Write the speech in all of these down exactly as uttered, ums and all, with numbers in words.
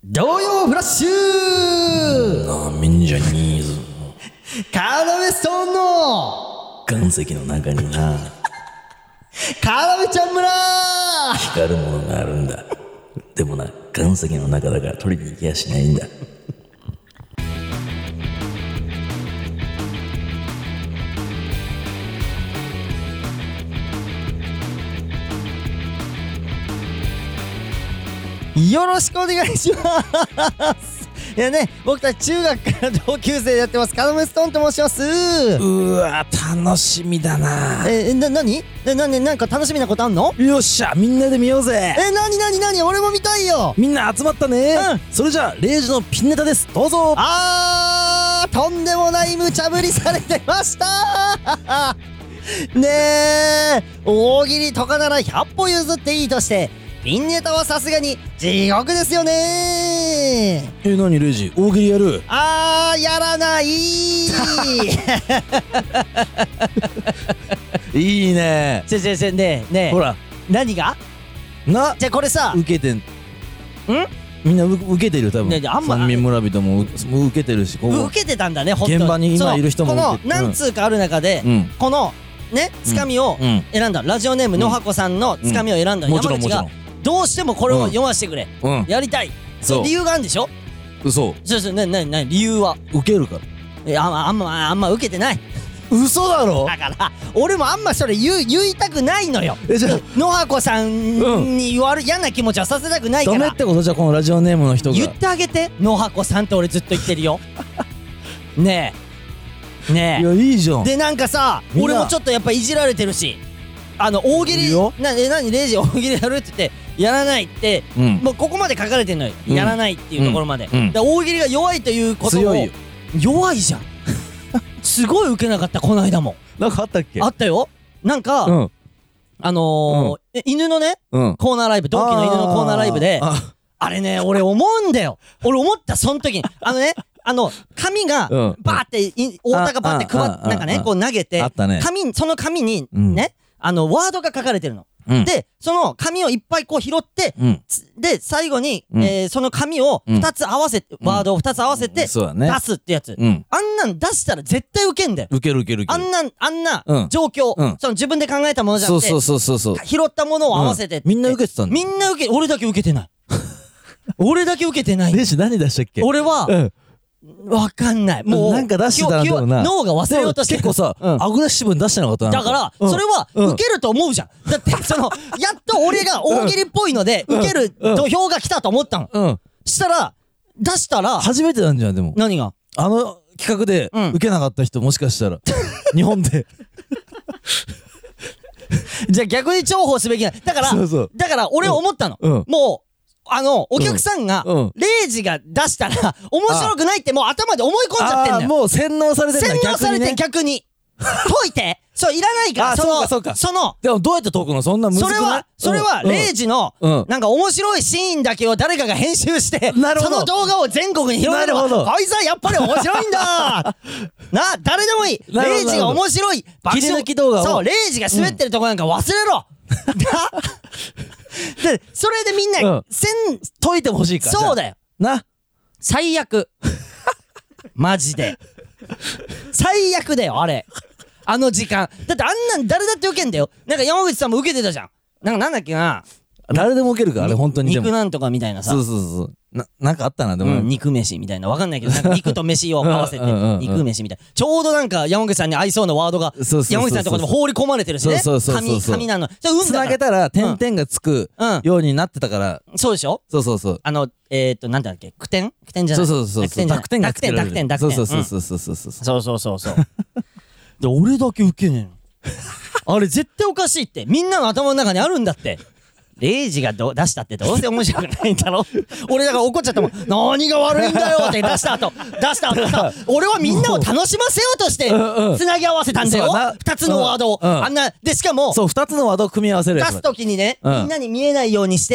童謡フラッシュなめんじゃねえぞ。 カーナメストーンの岩石の中になカーナメちゃん村光るものがあるんだ。でもな、岩石の中だから取りに行きやしないんだ。 よろしくお願いしますいやね、僕たち中学から同級生でやってますカーナメストーンと申します。 うわ、楽しみだな。 え、な、なにな、な、なんか楽しみなことあんの？ よっしゃ、みんなで見ようぜ。 え、なになになに俺も見たいよ。 みんな集まったね。 うん。 それじゃあレイジのピンネタです。どうぞ。 あー、とんでもない無茶ぶりされてましたねえ、大喜利とかならひゃっぽ譲っていいとしてピンネタはさすがに地獄ですよね。 え、なにレイジ、大喜利やる？ あー、やらないいいね。 ちょちょちょねえねえ、 ほら何がな、 じゃあこれさ、 受けてん。 んみんなう受けてるよ多分。 ねえあんま三民村人もう受けてるし、こう受けてたんだね、ほんとに現場に今そういる人もこの受けてる何通かある中で、 うんこのねつかみをうん選んだ、ラジオネームのはこさんのつかみを選んだもちろ山口がんもちろん。 どうしてもこれを読ませてくれ、 うん、 やりたい、そそうう理由があるんでしょ。 嘘。 そうそう、なになになに理由は。 受けるから。 え、あんまあんまあんま受けてない。 嘘だろ。 だから俺もあんまそれ言う言いたくないのよ。 え、じゃ野箱さんに言われ嫌な気持ちはさせたくないあダメからってこと？じゃあこのラジオネームの人が言ってあげて。野箱さんって俺ずっと言ってるよねえねいや、いいじゃん。 えで、なんかさ、 みんな俺もちょっとやっぱいじられてるし、あの大喜利いいよなえ何レイジ大喜利やるって言ってやらないって、 うんもうここまで書かれてんのよ、 うんやらないっていうところまで、 うんうんで大喜利が弱いということを強いよ。 弱いじゃんすごい受けなかった、この間もなんかあったっけ？ あったよ。なんか、 うんあのーえ犬のねうん。 コーナーライブ、同期の犬のコーナーライブで、ああれね俺思うんだよ、俺思ったその時にあのねあの紙がうんバーってい太田がバーって配っああなんかねあこう投げて、 あったね。 紙その紙にうんねあのワードが書かれてるの、 うんでその紙をいっぱいこう拾ってうん。 つで最後に、 うんえーその紙をふたつ合わせて、 うんワードをふたつ合わせてそうだね。 出すってやつ、 うん。 あんなん出したら絶対ウケんだよ。 受ける受ける受ける。 あんなあんなうん状況、 うんその自分で考えたものじゃなくてそうそうそうそうそう。 拾ったものを合わせてって、 うんみんな受けてたんだ。 みんな受け俺だけ受けてない俺だけ受けてないレイジ何出したっけ？ 俺はうん。 わかんない、もうなんか出してたな記憶でもな脳が忘れようとしてる結構さ、 うんアグレッシブに出してなかった？ だからうんそれはうん受けると思うじゃん。だってそのやっと俺が大喜利っぽいのでうん受ける土俵が来たと思ったの。 うん。 したら出したら初めてなんじゃんでも。 何があの企画でうん受けなかった人もしかしたら日本で。 じゃあ逆に重宝すべきなだからそうそう。 だから俺思ったの、 うん。 もうあのお客さんがうん。 レイジが出したら面白くないってもう頭で思い込んじゃってんあーのよ。 もう洗脳されてるんだ洗脳されて逆にね。 逆に解いてそういらないからあそのそうかそうかそのでもどうやって解くの？そんな難しくない？ それはそれはうんレイジのうんなんか面白いシーンだけを誰かが編集してなるほどその動画を全国に広げればなるほどこいつはやっぱり面白いんだな誰でもいいなるほどレイジが面白い爆切り抜き動画をそうレイジが滑ってるとこなんか忘れろなでそれでみんうなんせん解いてほしいから。 そうだよな。 最悪マジで最悪だよあれあの時間だってあんなん誰だって受けんだよ。なんか山口さんも受けてたじゃん。なんかなんだっけな誰でも受けるからあれ本当にでも。 肉なんとかみたいなさそうそうそう。ななんかあったなでも。 うん、肉飯みたいなわかんないけどなんか肉と飯を合わせてうんうんうんうん肉飯みたいなちょうどなんか山口さんに合いそうなワードがそうそうそうそう山口さんのところにも放り込まれてるしね。 そうそうそうそう紙紙なのそれ運だからつなげたら点々がつくうんようになってたから。 そうでしょ。 そうそうそう。 あのえーっとなんだっけ句点句点じゃないうそそうそうそう。 濁点じゃない濁点濁点濁点そうそうそうそうそうそう。 そうそうそうそうで俺だけ受けねえのあれ絶対おかしいってみんなの頭の中にあるんだってレイジがど出したってどうせ面白くないんだろ俺だから怒っちゃったもん何が悪いんだよって出した後出した後さ俺はみんなを楽しませようとしてつなぎ合わせたんだよそうな二つのワードをうんあんなでしかもそう二つのワードを組み合わせるやつ。 出す時にねうんみんなに見えないようにしてうん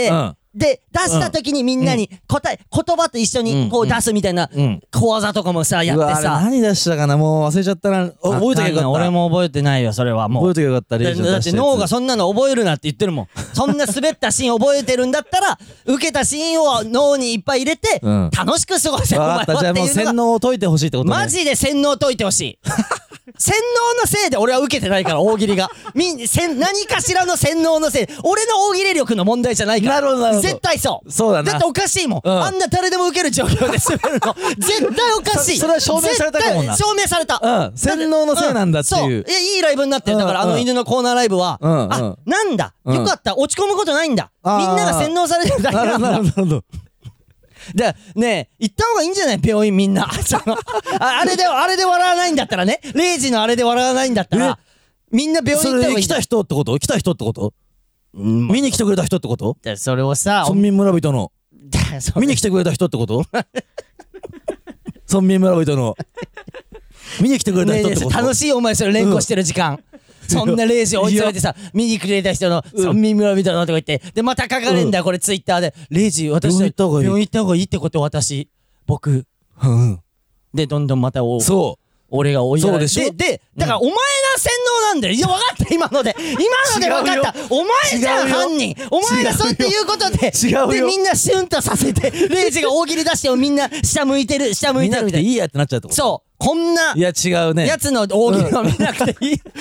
で出した時にみんなに答え、言葉と一緒にこう出すみたいな講座とかもさやってさ、 何出したかな、もう忘れちゃったな。覚えときゃよかった。 俺も覚えてないよそれは。もう覚えときゃよかった。レイジだって脳がそんなの覚えるなって言ってるもん。そんな滑ったシーン覚えてるんだったら受けたシーンを脳にいっぱい入れて楽しく過ごせよお前はっていうのが。 じゃあもう洗脳を解いてほしいってことね。 マジで洗脳解いてほしい。洗脳のせいで俺は受けてないから、大喜利がみせん何かしらの洗脳のせい、俺の大喜利力の問題じゃないから。 なるほどなるほど。 絶対そうそうだな。 だっておかしいもん、うん、あんな誰でも受ける状況で滑るの絶対おかしい。 そ, それは証明されたかもな。 証明された。 うん、洗脳のせいなんだっていう。 うん、そういやいいライブになってる。だからあの犬のコーナーライブは、うんうん、あなんだ、うん、よかった、落ち込むことないんだ、みんなが洗脳されてるだけなんだ。 なるほど。 でねえ行った方がいいんじゃない、病院みんな。あ, あれであれで笑わないんだったらね、レイジのあれで笑わないんだったらみんな病院行った方がいい。 来た人ってこと？来た人ってこと？うん、見に来てくれた人ってこと？ でそれをさ、 村民村人の見に来てくれた人ってこと？村民村人の見に来てくれた人ってこと？ねえねえ、 楽しいお前それ連呼してる時間、うんそんなレイジ追い詰めてさ、見にくれた人の村民村人のとか言って、でまた書かれんだよこれツイッターで。レイジ私病院行った方がいいってこと、私僕でどんどんまたおそう俺が追いやられて、 ででだからお前が洗脳なんだよ。いや分かった今ので、今ので分かった。お前じゃん犯人。お前がそうやって言うことででみんなシュンとさせてレイジが大喜利出してもみんな下向いてる下向いてるみたいな。 いいやってなっちゃうってこと？ そうこんないや違うねやつの大喜利は見なくていい。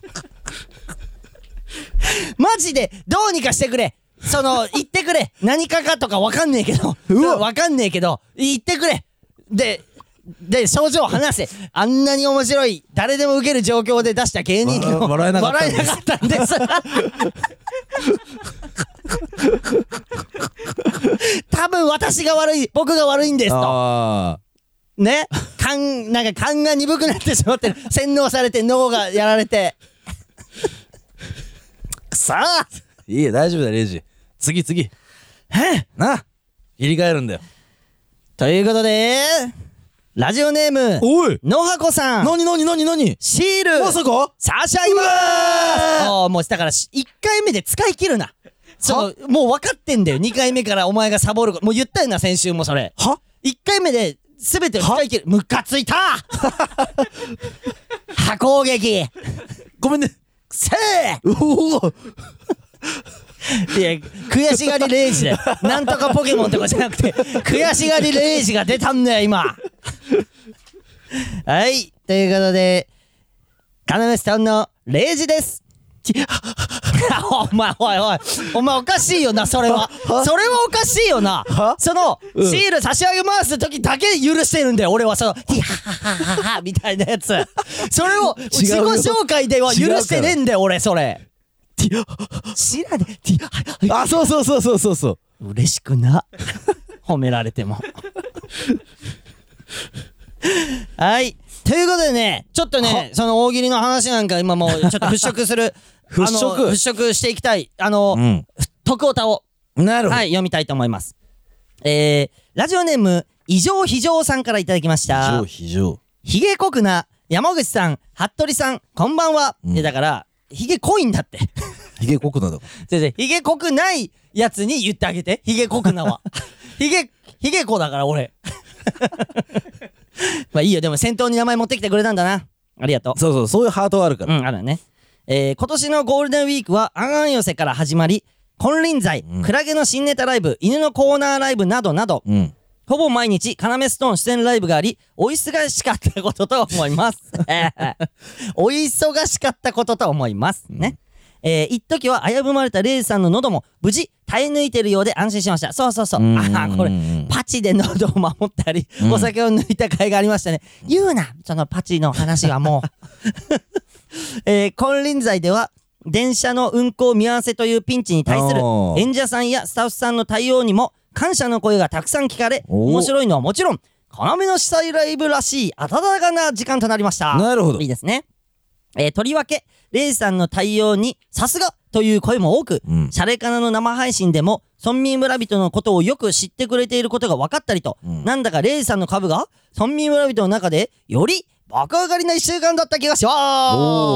マジでどうにかしてくれ。その言ってくれ、何かかとか分かんねえけど分かんねえけど言ってくれ。でで症状を話せ。あんなに面白い誰でも受ける状況で出した芸人の笑えなかったんです。 多分私が悪い、僕が悪いんですとね。勘なんか勘が鈍くなってしまってる。洗脳されて脳がやられてくそー。 いいよ大丈夫だよレイジ。次次な入り替えるんだよ。 ということでラジオネームおい野箱さん、 なになになになにシールまさか差し上げまーす。おーもうだからいっかいめで使い切るな。そうもう分かってんだよ。にかいめからお前がサボる。もう言ったよな先週もそれ。はいっかいめで全てを使い切る。ムカついた破攻撃ごめんねせーおおいや悔しがりレイジだよ。なんとかポケモンとかじゃなくて悔しがりレイジが出たんだよ今。はいということでカナメスタウンのレイジです。お前おいおいお前おかしいよなそれは。それはおかしいよな。その、うん、シール差し上げます時だけ許してるんだよ俺は。そのヒハハハハみたいなやつそれを自己紹介では許してねえんだよ俺それ。知らねえ。 あそうそうそうそうそうそう。 嬉しくな褒められてもはいということでね、ちょっとねその大喜利の話なんか今もうちょっと払拭する払拭払拭していきたいあの、うん、徳歌をなるほど、 はい、読みたいと思います。えー、ラジオネーム異常非常さんからいただきました。 異常非常ひげこくな山口さん服部さんこんばんは、うん、だからひげ濃いんだってひげ濃くなだ先生ひげ濃くないやつに言ってあげて。ひげ濃くなはひげひげこだから俺まあいいよ。でも先頭に名前持ってきてくれたんだな。ありがとう。 そうそうそういうハートはあるから。 うんあるね。えー、今年のゴールデンウィークはあんあん寄せから始まり金輪際、うん、クラゲの新ネタライブ犬のコーナーライブなどなど、うん、ほぼ毎日カナメストーン出演ライブがありお忙しかったことと思いますお忙しかったことと思いますね。えー、一時は危ぶまれたレイジさんの喉も無事耐え抜いてるようで安心しました。そうそうそう。ああこれパチで喉を守ったり、うん、お酒を抜いた甲斐がありましたね。言うなそのパチの話はもう、えー、金輪際では電車の運行見合わせというピンチに対する演者さんやスタッフさんの対応にも感謝の声がたくさん聞かれ、面白いのはもちろん要の主催ライブらしい温かな時間となりました。 なるほど。 いいですね。えー、とりわけレイジさんの対応にさすがという声も多く、うん、シャレカナの生配信でも村民村人のことをよく知ってくれていることが分かったりと、うん、なんだかレイジさんの株が村民村人の中でより爆上がりないいっしゅうかんだった気がします。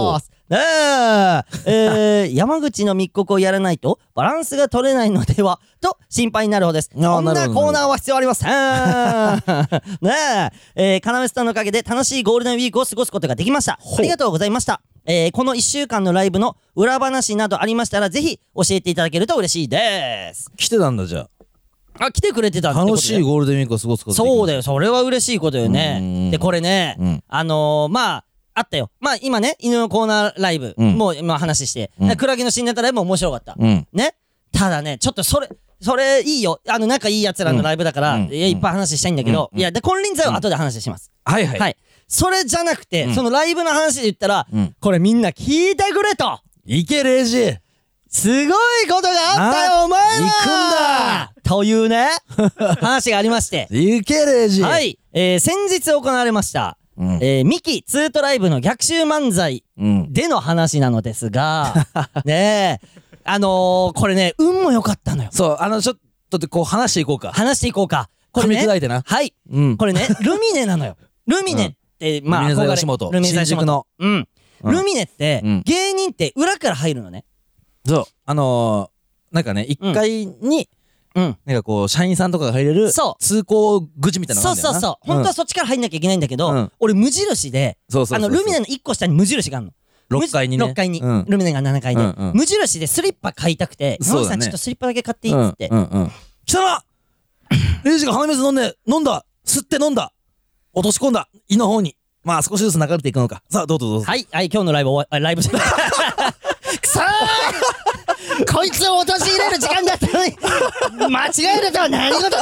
ねえ、えー、山口の密告をやらないとバランスが取れないのではと心配になるほどです。こんなコーナーは必要ありません。ねえ、えー、カナメスさんのおかげで楽しいゴールデンウィークを過ごすことができました。ありがとうございました。えー、このいっしゅうかんのライブの裏話などありましたらぜひ教えていただけると嬉しいです。 来てたんだじゃあ。あ、来てくれてたってことで楽しいゴールデンウィークを過ごすことできる。 そうだよ、それは嬉しいことよね。でこれね、うん、あのー、まああったよ。まあ今ね、犬のコーナーライブ、うん、もう今話して、うん、クラゲの新ネタライブも面白かった。うん、ね。ただね、ちょっとそれ、それいいよ。あの仲いい奴らのライブだから、うん、いやいっぱい話したいんだけど、うん、いや、で、金輪際は後で話します。 うん、はいはい。はい。 それじゃなくて、うん、そのライブの話で言ったら、うん、これみんな聞いてくれと。 いけレイジ。 すごいことがあったよ、お前ら。行くんだというね、話がありまして。 いけレイジ。 はい。えー、先日行われました。うん、えー、ミキツートライブの逆襲漫才での話なのですが、うん、ねえ、あのー、これね、運も良かったのよ。 そう、あの、ちょっとこう話していこうか。 話していこうか。 これね、噛み砕いてな。 はい。うん、これね、ルミネなのよ。ルミネって、うん、まあ、 ルミネ座吉本。 ルミネ座吉本。 新宿の。 うん。うん、ルミネって、うん、芸人って裏から入るのね。 そう。あのー、なんかね、一階に、うん、なんかこう社員さんとかが入れる通行口みたいなのがあるんだよな。 そうそうそう、うん、本当はそっちから入んなきゃいけないんだけど、うん、俺無印で、そうそうそうそう、あのルミネのいっこ下に無印があるの。 ろっかいにね。 ろっかいに、うん、ルミネがななかいで、うんうん、無印でスリッパ買いたくて、山口さんちょっとスリッパだけ買っていいっつって、うんうんうん、 貴様レイジが鼻水飲んで飲んだ吸って飲んだ落とし込んだ胃の方に、まあ少しずつ流れていくのか。さあどうぞどうぞ。 はいはい、今日のライブ終わライブくそーこいつを陥れる時間だったのに間違えるとは何事だ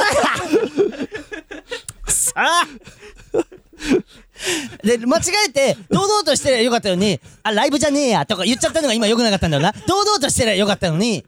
さあで間違えて堂々としてりゃよかったのに、あライブじゃねえやとか言っちゃったのが今良くなかったんだよな。堂々としてりゃよかったのに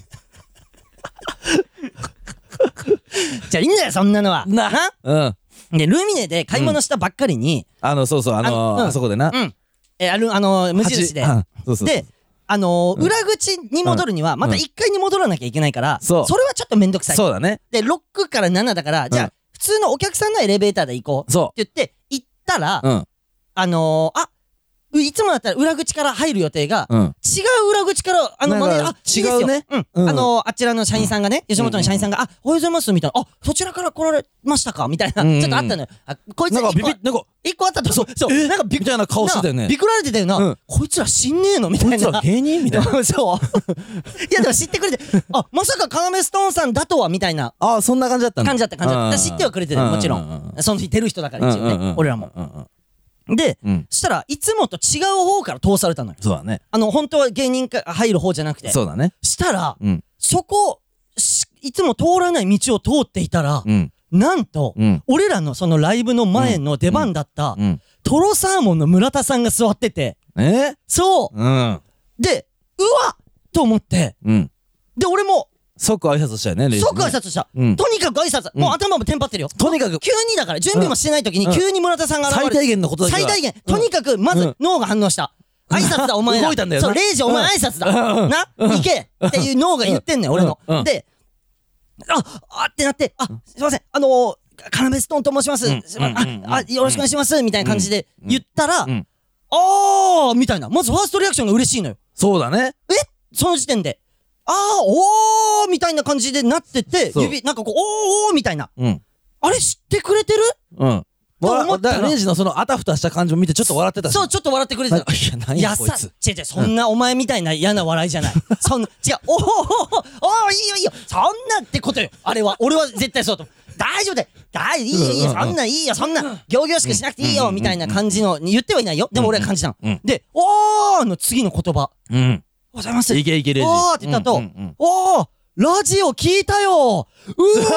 じゃあいいんだよそんなのはな。うんでルミネで買い物したばっかりに、 うん、あのそうそうあのー、あ、うん、あそこでな、 うんえあるあのー、無印でそうそうであのー、裏口に戻るにはまたいっかいに戻らなきゃいけないから、うん、それはちょっとめんどくさい。 そうだね。 でろくからななだから、うん、じゃあ普通のお客さんのエレベーターで行こうって言って行ったら、うん、あのー、あいつもだったら裏口から入る予定が、うん、違う裏口からあのマネーあ違うね、うんうん、あのー、あちらの社員さんがね、吉本の社員さんが、うん、あおはようございますみたいな、あそちらから来られましたかみたいな、うんうん、ちょっとあったのよ。あこいつなんかビビなんか一個あったとそうそう、えー、なんかビみたいな顔してたよね。 ビクられてたよな、うん、こいつら死んねえのみたいな。 こいつら芸人みたいなそういやでも知ってくれてあまさかカナメストーンさんだとはみたいなあそんな感じだったの感じだった感じだった知ってはくれてるもちろんその日出る人だから一応ね、うんうんうん、俺らも、うんうんで、うん、したらいつもと違う方から通されたのよ。 そうだね。 あの本当は芸人が入る方じゃなくて。 そうだね。 したら、うん、そこいつも通らない道を通っていたら、うん、なんと、うん、俺らのそのライブの前の出番だった、うんうん、トロサーモンの村田さんが座ってて、 えそう、うん、でうわっと思って、うん、で俺も即挨拶したよね。 即挨拶した、うん、とにかく挨拶、うん、もう頭もテンパってるよ。とにかく急にだから準備もしてない時に急に村田さんが現れて、 最大限のことだけは最大限とにかくまず脳が反応した、うん、挨拶だお前ら動いたんだよな。 そうレイジお前挨拶だ、うん、な、うん、行けっていう脳が言ってんねん、うん、俺の、うん、でああってなってあすいませんあのー、カナメストーンと申します、うん、すいません、ああよろしくお願いしますみたいな感じで言ったら、うんうん、あーみたいなまずファーストリアクションが嬉しいのよ。 そうだね。 えその時点であーおーみたいな感じでなってて指なんかこうおーおーみたいな、うん、あれ知ってくれてるうんと思ったらレイジのそのあたふたした感じを見てちょっと笑ってたし。 そうちょっと笑ってくれてた。 いや何やこいつ違う違うそんなお前みたいな嫌な笑いじゃないそんな違うおーおーおーいいよいいよそんなってことよあれは俺は絶対そうと大丈夫だよ大いいよいいよそんないいよそんな仰々しくしなくていいよみたいな感じの言ってはいないよでも俺は感じたのでおーの次の言葉うんおはようございます。 いけいけレイジ。 おーって言ったと、うんうんうん、おーラジオ聞いたようわー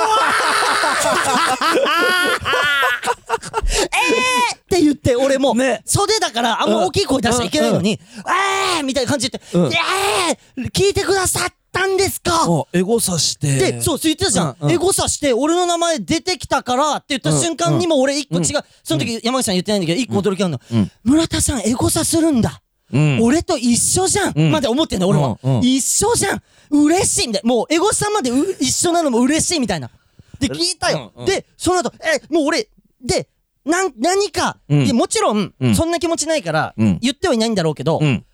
えーって言って俺も、ね、袖だからあんま大きい声出しちゃいけないのに、うん、えーみたいな感じで言って、うん、えー聞いてくださったんですかエゴさしてで、そう、言ってたじゃん、うんうん、エゴさして俺の名前出てきたからって言った瞬間にも俺一個違う、うん、その時山口さん言ってないんだけど一個驚きあるの、うん、村田さんエゴさするんだうん、俺と一緒じゃん、うん、まで思ってんの俺は、うんうん、一緒じゃん嬉しいみたいなもうエゴさんまでう一緒なのも嬉しいみたいなで聞いたよ、うんうん、でその後えもう俺でなん何か、うん、いやもちろん、うん、そんな気持ちないから、うん、言ってはいないんだろうけど、うん、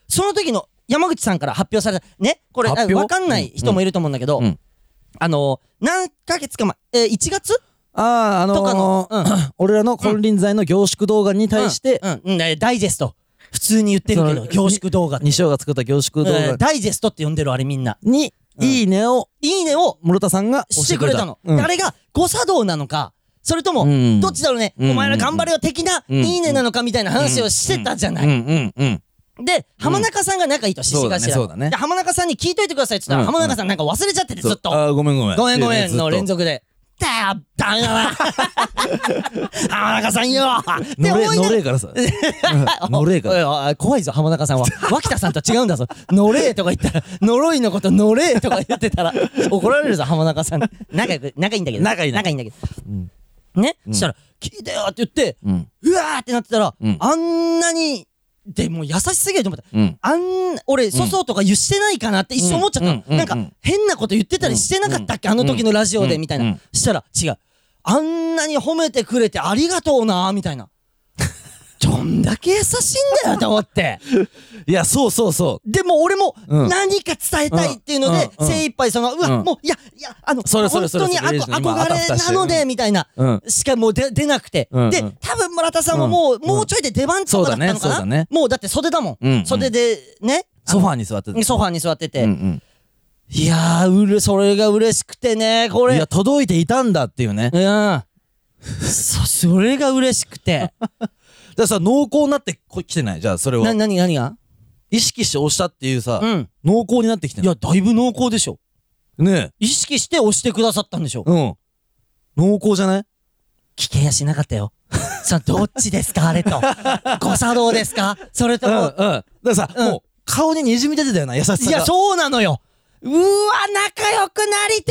その時の山口さんから発表されたね、これ発表分かんない人もいると思うんだけど、 うんうん、 あの何ヶ月か前、えー、いちがつあああのー、 とかの、うん、 俺らの金輪際の凝縮動画に対して、 うんうんうん、ダイジェスト普通に言ってるけど凝縮動画西尾が作った凝縮動画、 えー、ダイジェストって呼んでるあれみんなに、うん、いいねをいいねを室田さんがしてくれたの、 うん、 あれが誤作動なのかそれとも、うん、どっちだろうね、うん、お前ら頑張れよ的な、うん、いいねなのかみたいな話をしてたじゃない、うんうんうんうん、で浜中さんが仲いいと獅子頭、そうだね、で浜中さんに聞いといてくださいって言ったら、うん、浜中さんなんか忘れちゃっててずっとあごめんごめんごめんごめんの連続でだよダメだな浜中さんよ乗れ乗れからさ乗れから怖いぞ浜中さんは脇田さんと違うんだぞ乗れとか言ったら呪いのこと乗れとか言ってたら怒られるぞ浜中さん仲良く仲いいんだけど仲いい仲いいんだけど、うんね、うん、そしたら「聞いてよ」って言って、うん、うわーってなってたら、うん、あんなにでもう優しすぎると思った、うん、あん俺粗相とか言ってないかなって一瞬思っちゃったの、うん、なんか変なこと言ってたりしてなかったっけ、うん、あの時のラジオでみたいな、うん、したら違うあんなに褒めてくれてありがとうなみたいなどんだけ優しいんだよと思っていやそうそうそうでも俺も何か伝えたいっていうので精一杯そのうわもういやいやあの本当に憧れなのでみたいなしかもう出なくてで多分村田さんももうもうちょいで出番とかだったのかなもうだって袖だもん袖でねソファーに座っててソファーに座ってていやーうれそれが嬉しくてねこれいや届いていたんだっていうねうんそそれが嬉しくてじゃあさ濃厚になって来てないじゃあそれはな何何が意識して押したっていうさ、 うん、 濃厚になってきてないいやだいぶ濃厚でしょねえ意識して押してくださったんでしょうん濃厚じゃない聞けやしなかったよさあどっちですかあれと誤作動ですかそれともうん、うん、 だからさ、うん、もう顔ににじみ出てたよな優しさがいやそうなのようわ仲良くなりて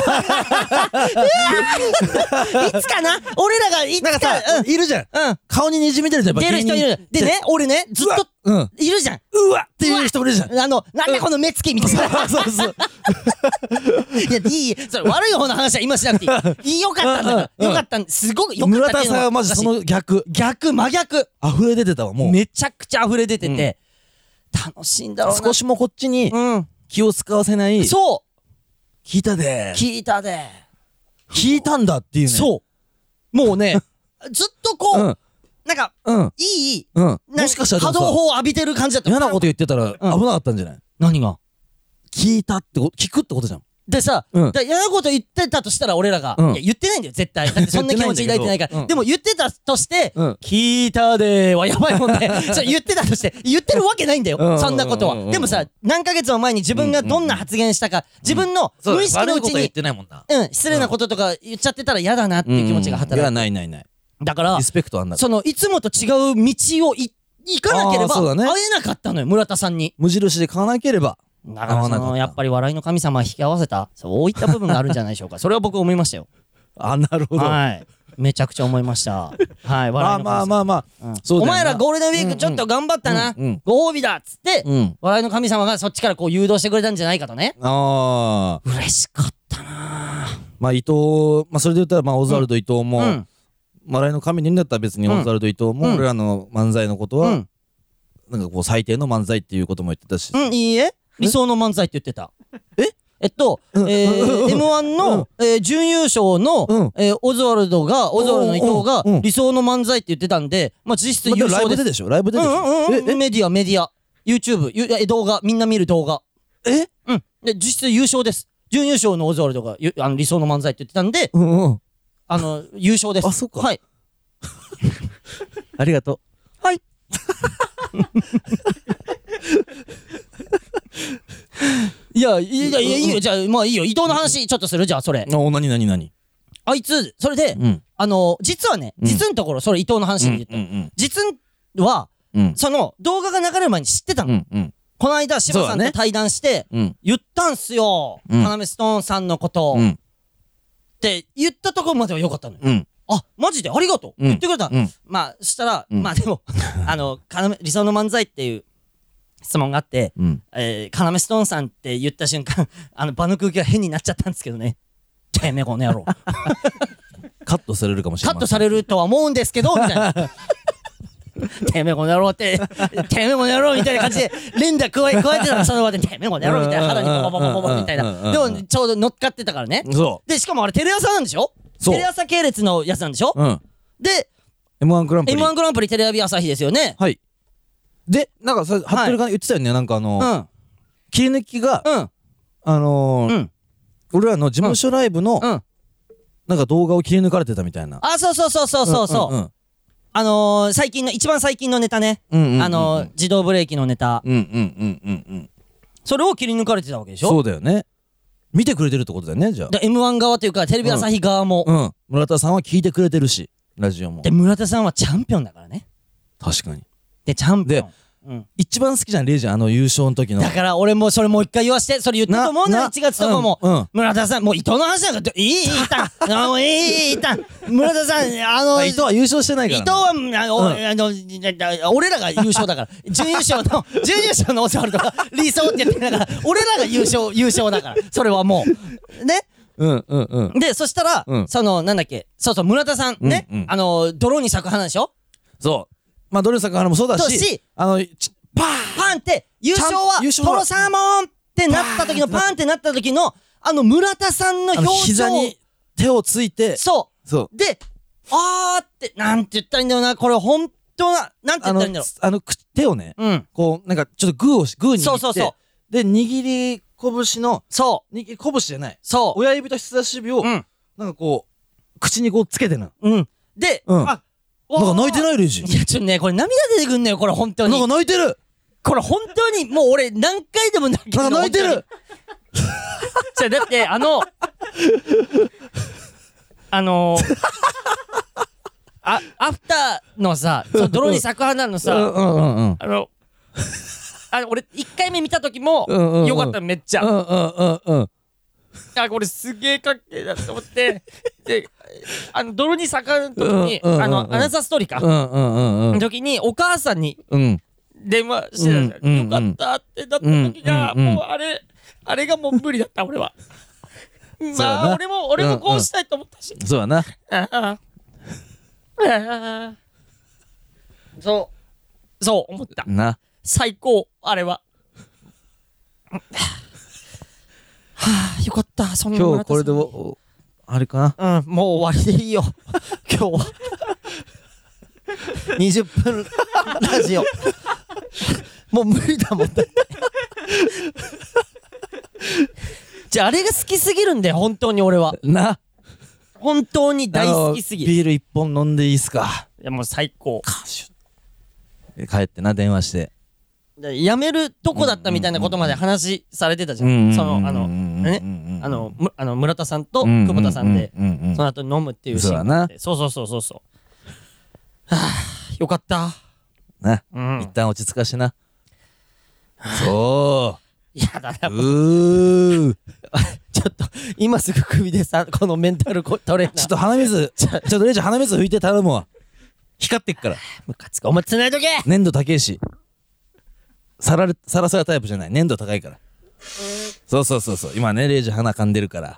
うわいつかな俺らがいつかなんかさ、うん、いるじゃん、うん、顔ににじみ出るとやっぱ出る人いるでね俺ねずっとうん、いるじゃんうわっていう人いるじゃんあのなんだこの目つきみたいなそうそういやいいそれ悪い方の話は今しなくていいよかったんだからよかったすごくよかった村田さんはマジその逆逆真逆溢れ出てたわもうめちゃくちゃ溢れ出てて楽しいんだろうな少しもこっちに気を使わせないそう聞いたで聞いたで聞いたんだっていうねそうもうねずっとこうなんか、うん、いい、うん、 もしかしたら波動砲を浴びてる感じだった嫌なこと言ってたら危なかったんじゃない、うん、 何が聞いたってこと聞くってことじゃんでさ、うん、だ嫌なこと言ってたとしたら俺らが、うん、いや言ってないんだよ絶対だってそんな気持ち抱いてないから、うん、でも言ってたとして、うん、聞いたでーはやばいもんねそれ言ってたとして言ってるわけないんだよ、うん、そんなことは、うん、でもさ何ヶ月も前に自分がどんな発言したか、うん、自分の無意識のうちに、うん、 言ってないもんな、 うん、失礼なこととか言っちゃってたら嫌だなっていう気持ちが働く、うん、いやないないないだからリスペクトあんだそのいつもと違う道をい行かなければ、ね、会えなかったのよ村田さんに無印で買わなければだからそのやっぱり笑いの神様引き合わせたそういった部分があるんじゃないでしょうかそれは僕思いましたよあなるほどはいめちゃくちゃ思いましたはい笑いの神様まあまあまあまあ、うん、お前らゴールデンウィークちょっと頑張ったな、うんうん、ご褒美だっつって、うん、笑いの神様がそっちからこう誘導してくれたんじゃないかとねああ嬉しかったなまあ伊藤まあそれで言ったらまあオズワルド伊藤も、うんうん笑いの神に言うんだったら別にオズワルド伊藤も俺らの漫才のことは、うん、なんかこう最低の漫才っていうことも言ってたしうんいいえ理想の漫才って言ってたええっと、えー、エムワン の、うんえー、準優勝の、うんえー、オズワルドがオズワルドの伊藤が理想の漫才って言ってたんでまあ実質優勝ですライブででしょライブででしょ、うんうんうん、えメディアメディア YouTube ゆ動画みんな見る動画えうんで実質優勝です準優勝のオズワルドがあの理想の漫才って言ってたんでうんうんあの優勝ですあそっかはいありがとうはいいやいやいやいいよじゃあまあいいよ伊藤の話ちょっとするじゃあそれおなになになにあいつそれで、うん、あの実はね実のところそれ伊藤の話で言った、うんうんうん、実は、うん、その動画が流れる前に知ってたの、うんうん、この間柴さんと対談して、ね、言ったんすよ要、うん、ストーンさんのこと、うん、って言ったところまでは良かったのよ、うんあ、マジでありがとう、うん、言ってくれた、うん、まあしたら、うん、まあでもあの理想の漫才っていう質問があって、うんえー、要ストーンさんって言った瞬間あの場の空気が変になっちゃったんですけどねてめえこの野郎カットされるかもしれないカットされるとは思うんですけどみたいなてめえこの野郎っててめえこの野郎みたいな感じで連打加え加えてたからその場でてめえこの野郎みたいな肌にボボボボボみたいなでもちょうど乗っかってたからね。 そうでしかもあれテレ朝なんでしょ。テレ朝系列のやつなんでしょ。 うんでエムワン グランプリエムワン グランプリテレビ朝日ですよね。 はいでなんかさ服部が言ってたよねなんかあのうん切り抜きがうんあのーうん俺らの事務所ライブのうんなんか動画を切り抜かれてたみたいな。 あそうそうそうそうそうそう、 うんうんあのー、最近の一番最近のネタね、 うんうんうんうんあのー、自動ブレーキのネタ、 うんうんうんうんうんそれを切り抜かれてたわけでしょ。 そうだよね見てくれてるってことだよねじゃあ。 で エムワン 側というかテレビ朝日側も、 うん村田さんは聞いてくれてるしラジオも。 で村田さんはチャンピオンだからね。 確かにでチャンピオンでうん、 一番好きじゃんレイジあの優勝の時の。 だから俺もそれもう一回言わしてそれ言ったと思うんだよないちがつとかも、 うんうん村田さんもう伊藤の話なんかいいいい一旦あもういいいい一旦村田さんあのあ伊藤は優勝してないから伊藤はあの、 うんあの俺らが優勝だから準優勝の準優勝のオズワルドが理想って言ってるから俺らが優勝優勝だからそれはもうね。 うんうんうんでそしたら、 うん、 そのなんだっけそうそう村田さんね、 うんうん、 あの泥に咲く花でしょ。 そうまあドレスからもそうだししあのちパーンパンって優勝は優勝はトロサーモンってなった時のパーンってなった時のあの村田さんのあの表情膝に手をついてそうそうであーってなんて言ったらいいんだろうなこれほんとななんて言ったらいいんだろうあのく手をねうんこうなんかちょっとグーをしグーに握ってそうそうそうで握り拳のそう握り拳じゃないそう親指と人差し指をうんなんかこう口にこうつけてなうんで、 うんあなんか泣いてないレイジいやちょっとねこれ涙出てくんのよこれ本当になんか泣いてるこれ本当にもう俺何回でも泣けるなんか泣いてるじゃだってあのあのー、あアフターのさその泥に咲く花のさ、 うんうんうんうんあのあの俺いっかいめ見た時もうんうんうんよかっためっちゃ、 うんうんうんうんあこれすげえかっけえなと思ってであの泥に咲かん時に、 うんうんうんうんあのアナザーストーリーか、 うんうんうんうん時にお母さんにうん電話してたじゃん、 うんうんうんよかったってなった時が、 うんうんうんもうあれあれがもう無理だった俺はうやまなあ俺も俺もこうしたいと思ったし、 そうやなああああそうそう思ったな最高あれははあよかったそんな今日これで村おおあれかな田さんうんもう終わりでいいよ今日はにじゅっぷんラジオもう無理だもんだってじゃああれが好きすぎるんだよ本当に俺はな本当に大好きすぎるビール一本飲んでいいっすかいやもう最高帰ってな電話してでやめるとこだったみたいなことまで話されてたじゃんそのあのねあのむあの村田さんと久保田さんでその後飲むっていうシーンがあってそうそうそうそうそうはあよかったなうん一旦落ち着かしてなそいやだなううーちょっと今すぐ首でさこのメンタルコトレーナーちょっと鼻水ちょっとレイジ鼻水拭いて頼むわ光ってっからムカつくお前つないどけ粘度高いしサラサラサラタイプじゃない粘度高いからそうそうそうそう今ねレイジ鼻かんでるから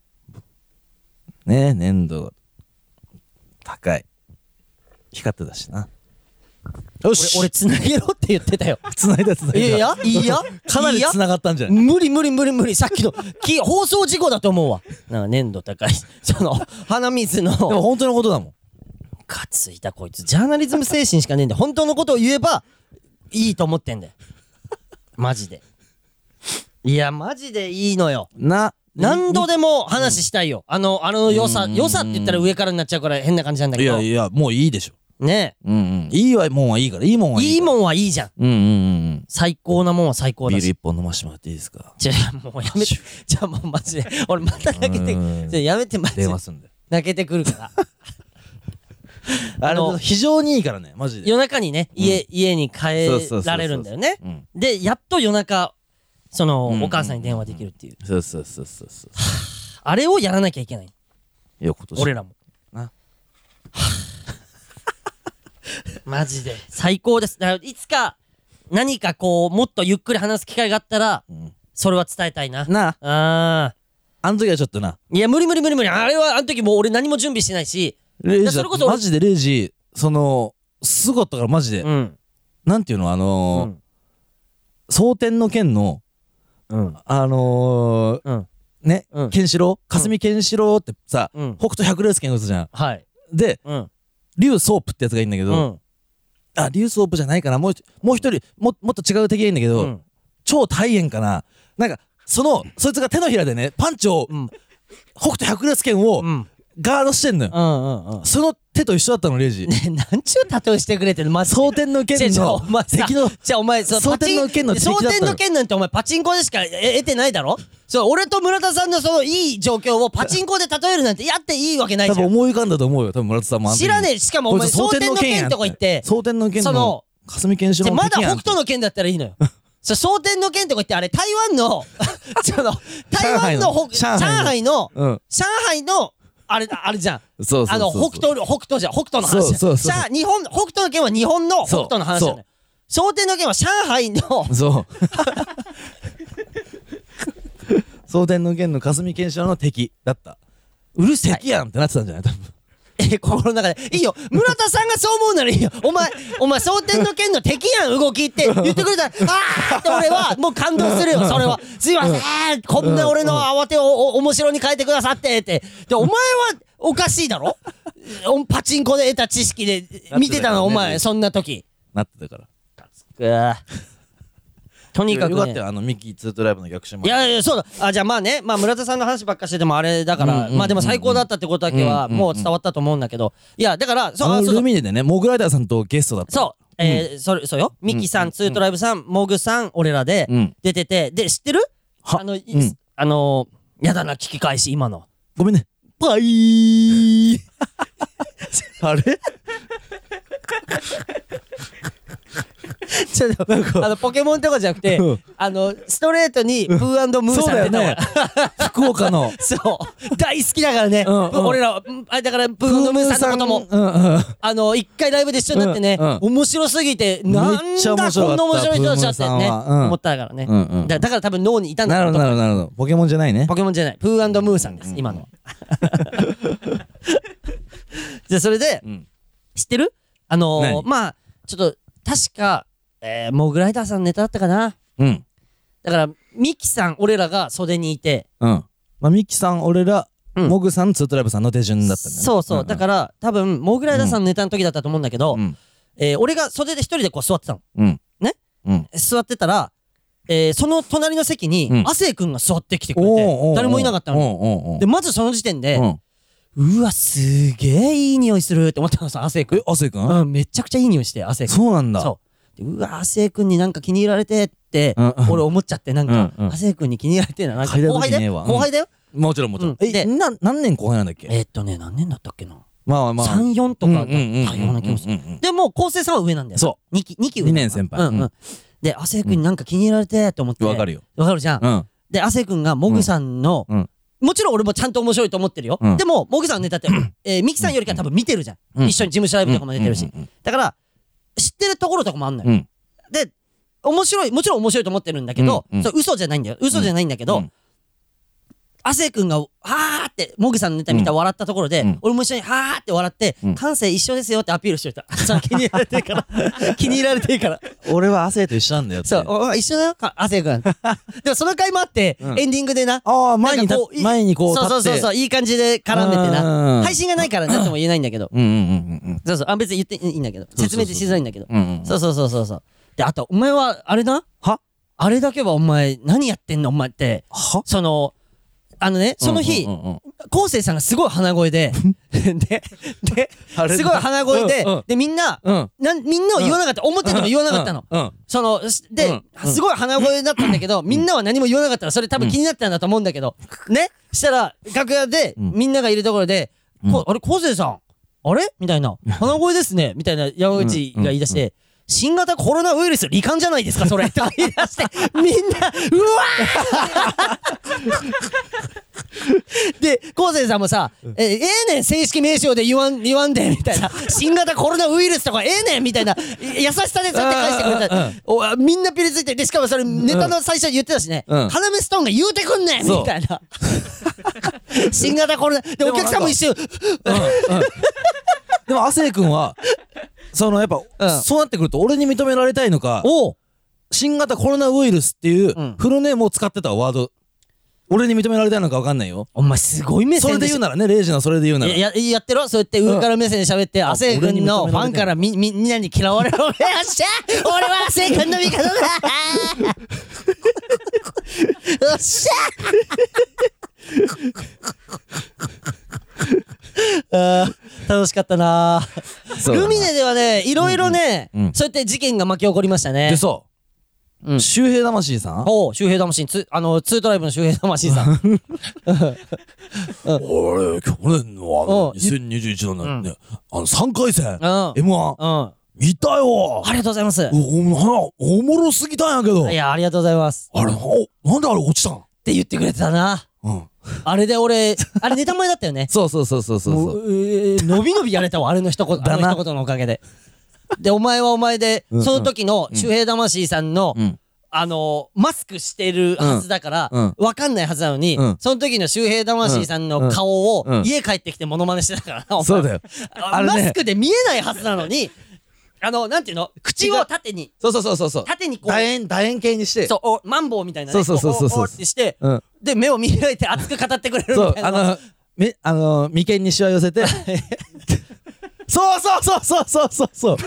ね粘度高い光ってたしなよし俺俺つなげろって言ってたよつないだつないだいやいやいいやかないりやつながったんじゃない無理無理無理無理さっきのき放送事故だと思うわなんか粘度高いその鼻水のでも本当のことだもんムカついたこいつジャーナリズム精神しかねえんだよ本当のことを言えばいいと思ってんだよマジでいやマジでいいのよな何度でも話したいよあのあの良さ良さって言ったら上からになっちゃうから変な感じなんだいけどやいやもういいでしょねうんうんいいわもんはいいからいいもんはいいいいもんはいいじゃんうんうんうん最高なもんは最高だしビール一本飲ましてもらっていいですかじゃあもうやめてじゃあもうマジで俺また泣けてうんじゃあやめてマジで電話すんだよ泣けてくるからああのれ非常にいいからねマジで夜中にね家家に帰そうそうそうそうられるんだよねうんでやっと夜中そのうんお母さんに電話できるっていうそうそうそうそうそうあれをやらなきゃいけないいや今年俺らもなマジで最高ですだからいつか何かこうもっとゆっくり話す機会があったらうんそれは伝えたいななあああの時はちょっとないや無理無理無理無理あれはあの時もう俺何も準備してないしレイジそれこそマジでレイジそのすごかったからマジで、 うんなんていうのあのーうん蒼天の剣のうんあのーうんね、 うんケンシロウ霞ケンシロウってさ、 うん北斗百霊剣打つじゃん。 はいでうん竜ソープってやつがいいんだけど、 うんあ竜ソープじゃないかな、もう一もう一人ももっと違う敵がいいんだけど、 うん超大炎かな、なんかそのそいつが手のひらでねパンチを、 うん北斗百霊剣をうんガードしてんのよ、 うんうんうんその手と一緒だったのレイジ。 ねなんちゅう例えしてくれてるマジで蒼天の剣じゃあじゃあのお前さ敵のじゃあお前そう蒼天の剣の敵だったの蒼天の剣なんてお前パチンコでしかえ得てないだろ。そう俺と村田さんのそのいい状況をパチンコで例えるなんてやっていいわけない多じゃん。 分思い浮かんだと思うよ多分村田さんもあの時知らねえしかもお前蒼天の剣とか言って蒼天の剣のその霞ケンシロウじゃあまだの敵やん北斗の剣だったらいいのよ。そう蒼天の剣とか言ってあれ台湾のその台湾のほ上上海の海のうん上海のあれあれじゃん。 そうそうそうあの北斗北斗じゃん北斗の話じゃん。 そうそうそうさあ日本北斗の剣は日本の北斗の話だよね。蒼天の剣は上海のそう蒼天の剣の霞ケンシロウの敵だった。うるせえ敵やんってなってたんじゃない多分。 え心の中でいいよ村田さんがそう思うならいいよ。お前お前蒼天の剣の敵やん動きって言ってくれたらあーって俺はもう感動するよそれは。すいませんこんな俺の慌てをお面白に変えてくださってってでお前はおかしいだろ。おパチンコで得た知識で見てたのお前そんな時なってたからうわとにかくねよかったよあのミキツートライブの逆襲も。 いやいやそうだあじゃあまあねまあ村田さんの話ばっかしててもあれだから、 うんうんうんうんまあでも最高だったってことだけはもう伝わったと思うんだけどいやだからそうあのあそうそうルミネでねモグライダーさんとゲストだった。 そうえーそれそうよミキさんツートライブさんモグさん俺らでうん出ててで知ってるはあのいうんあのやだな聞き返し今のごめんね。パイーあれちょっとあのポケモンとかじゃなくてうんあのストレートにプーアンドムーそうさん出たわだよね福岡のそう大好きだからねうんうん俺らうんあだからプーアンドムーさんのこともうんうんあの一回ライブで一緒になってね、 うんうん面白すぎてなんめっちゃだ面白かったこんな面白い人たちだってね、 プームーさんはうん思ったからね、 うんうんだだから多分脳にいたんだなるほどなるほどどなるほどポケモンじゃないね。 ポケモンじゃないプーアンドムーさんです、今のじゃあそれで、 うん知ってるあのー、 何まあちょっと確か、えー、モグライダーさんのネタだったかな。 うんだからミキさん俺らが袖にいてうんまあミキさん俺らうんモグさんツートライブさんの手順だったんだよね。 そうそう、 んんだから多分モグライダーさんのネタの時だったと思うんだけど、 うんえー俺が袖で一人でこう座ってたのうんねうん座ってたら、えーその隣の席にうん亜生君が座ってきてくれおーおーておー誰もいなかったの。 おーおーおーでまずその時点で、 うんうわすげえいい匂いするって思ったのさ亜生君え亜生くんうんめちゃくちゃいい匂いして亜生君そうなんだ。 そうでうわ亜生君になんか気に入られてってうんうん俺思っちゃってなんかうんうん亜生君に気に入られてえななんか嗅いだ後輩だよ時ねえわ後輩だよもちろんもちろん。 うんでえな何年後輩なんだっけ。 えーっとね何年だったっけなまあまあさん、よんとかだったうんうんうんうんような気もするうんうんうんでも昴生さんは上なんだよそにきにき上にねん先輩うんうんで亜生君になんか気に入られてって思ってわかるよ。 わかるじゃんうんで亜生君がモグさんのうんもちろん俺もちゃんと面白いと思ってるよ、 うんでもモグさんのネタって、えー、ミキさんよりか多分見てるじゃん、 うん一緒に事務所ライブとかも出てるし、 うんうんうんだから知ってるところとかもあんのよ、 うんで面白いもちろん面白いと思ってるんだけど、 うんうんそれ嘘じゃないんだよ嘘じゃないんだけど、 うん亜生君がはーってモグさんのネタ見たら笑ったところで、 うん俺も一緒にはーって笑って、 うん感性一緒ですよってアピールしてたそれ気に入られてるから気に入られてるから俺は亜生と一緒なんだよって。 そうお一緒だよか亜生君でもその回もあって、 うんエンディングでなああ前にたなんかこうい前にこう立って。 そうそうそうそういい感じで絡んでてうなん配信がないからなんとも言えないんだけどうんうんうんうんそうそうあ別に言っていいんだけどそうそうそう説明ってしづらいんだけどうんうんうん。 そうそうそうそうそうであとお前はあれなはあれだけはお前何やってんのお前ってはそのあのねその日うんうんうんうん昴生さんがすごい鼻声ででであれすごい鼻声でうんうんでみんなうんなんみんなは言わなかった思ってても言わなかったのうんうんそのしで、 うんうんすごい鼻声だったんだけど、みんなは何も言わなかったらそれ多分気になってたんだと思うんだけど、ねしたら楽屋で、 うんみんながいるところで「 うんこあれ昴生さんあれ?」みたいな「鼻声ですね」みたいな山口が言い出して「新型コロナウイルス罹患じゃないですかそれ」とか言い出してみんなうわーで昴生さんもさ「えええねん正式名称で言わん言わんで」みたいな「新型コロナウイルスとかええねん」みたいな優しさでそうやって返してくれうんうんたうんおみんなピリついてでしかもそれネタの最初に言ってたしね「 うんカナメストーンが言うてくんねん」 そうみたいな新型コロナでお客さんも一瞬でも亜生君はそのやっぱ、 うんそうなってくると俺に認められたいのか、 おう新型コロナウイルスっていううんフルネームを使ってたワード、俺に認められたいのか分かんないよ。 お前すごい目それ線でしで言うならね、レイジのそれで言うならやややってろそうやって上から目線で喋って、 ん亜生君のファンからみみみんなに嫌われる。よっしゃ俺は亜生君の味方だ。よっしゃあー楽しかったなそうだなルミネではねいろいろね、 うんうんそうやって事件が巻き起こりましたね。 でさ、 うん周平魂さん、 おう周平魂ツあのツートライブの周平魂さん俺去年のあのうんにせんにじゅういちねんね、あのさんかいせんうんエムワンうん見たよ。 ありがとうございます。 おおおもろすぎたんやけど、 いやありがとうございますあれななんであれ落ちたん。 って言ってくれてたな。 うんあれで俺あれネタ前だったよね。 そうそうそうそうそうもそううえー伸び伸びやれたわあれの一言だなあの一言のおかげで。でお前はお前でうんうんその時の周平魂さんのうんあのマスクしてるはずだからうんわかんないはずなのにうんその時の周平魂さんの顔をうんうん家帰ってきてモノマネしてたからなお前そうだよ。 ああれねマスクで見えないはずなのにあのなんていうの口を縦にそうそうそうそうそう縦にこう楕円楕円形にして、 そうおマンボウみたいなねそうそうそうそうそうこおおってしてうんで目を見開いて熱く語ってくれるそうみたいなあのめあの眉間にしわ寄せてそうそうそうそうそうそうそう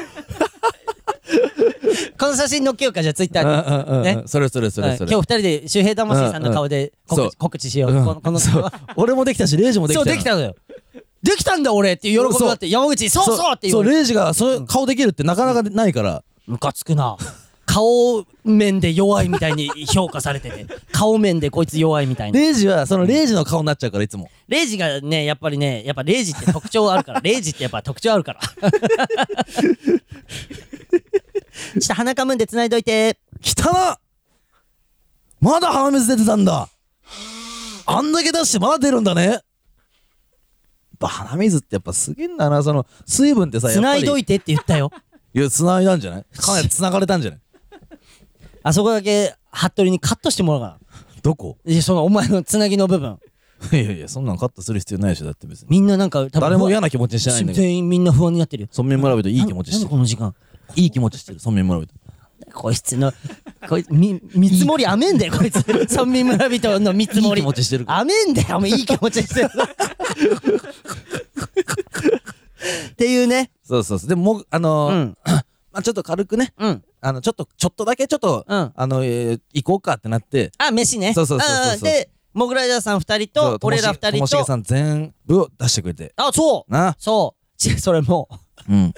この写真載っけようかじゃあツイッタうんーにうんうんねそれそれそれそれ今日二人で周平魂さんの顔で告知うんうん告知しよううんこのこのそう俺もできたしレイジもできたそうできたのよできたんだ俺っていう喜びがあって山口そうそうっていうそうレイジがそういう顔できるってなかなかないから、 ムカつくな顔面で弱いみたいに評価されてて顔面でこいつ弱いみたいなレイジはそのレイジの顔になっちゃうからいつもレイジがねやっぱりねやっぱレイジって特徴あるからレイジってやっぱ特徴あるからちょっと鼻かむんで繋いどいて汚っまだ鼻水出てたんだあんだけ出してまだ出るんだねやっぱ鼻水ってやっぱすげえんだなその水分ってさやっぱり繋いどいてって言ったよいや繋いだんじゃないかなり繋がれたんじゃないあそこだけ服部にカットしてもらおうかどこないやそのお前のつなぎの部分いやいやそんなんカットする必要ないでしょだって別にみんななんか多分誰も嫌な気持ちにしてないんだけど全員みんな不安になってるよ村民村人いい気持ちしてなんでこの時間るいい気持ちしてる村民村人こいつのこいつみ見積もりあめんだよこいつ村民村人の見積もりいい気持ちしてるからあめんだよお前いい気持ちしてるっていうねそうそうそうでももうあのーうんまあちょっと軽くねうんあのちょっとちょっとだけちょっと、 うんあの、えー行こうかってなってあ飯ねそうそうそうそうそうんんでモグライダーさんふたりそうと俺らふたりとともしげさん全部を出してくれてあそうなそうちそれもうん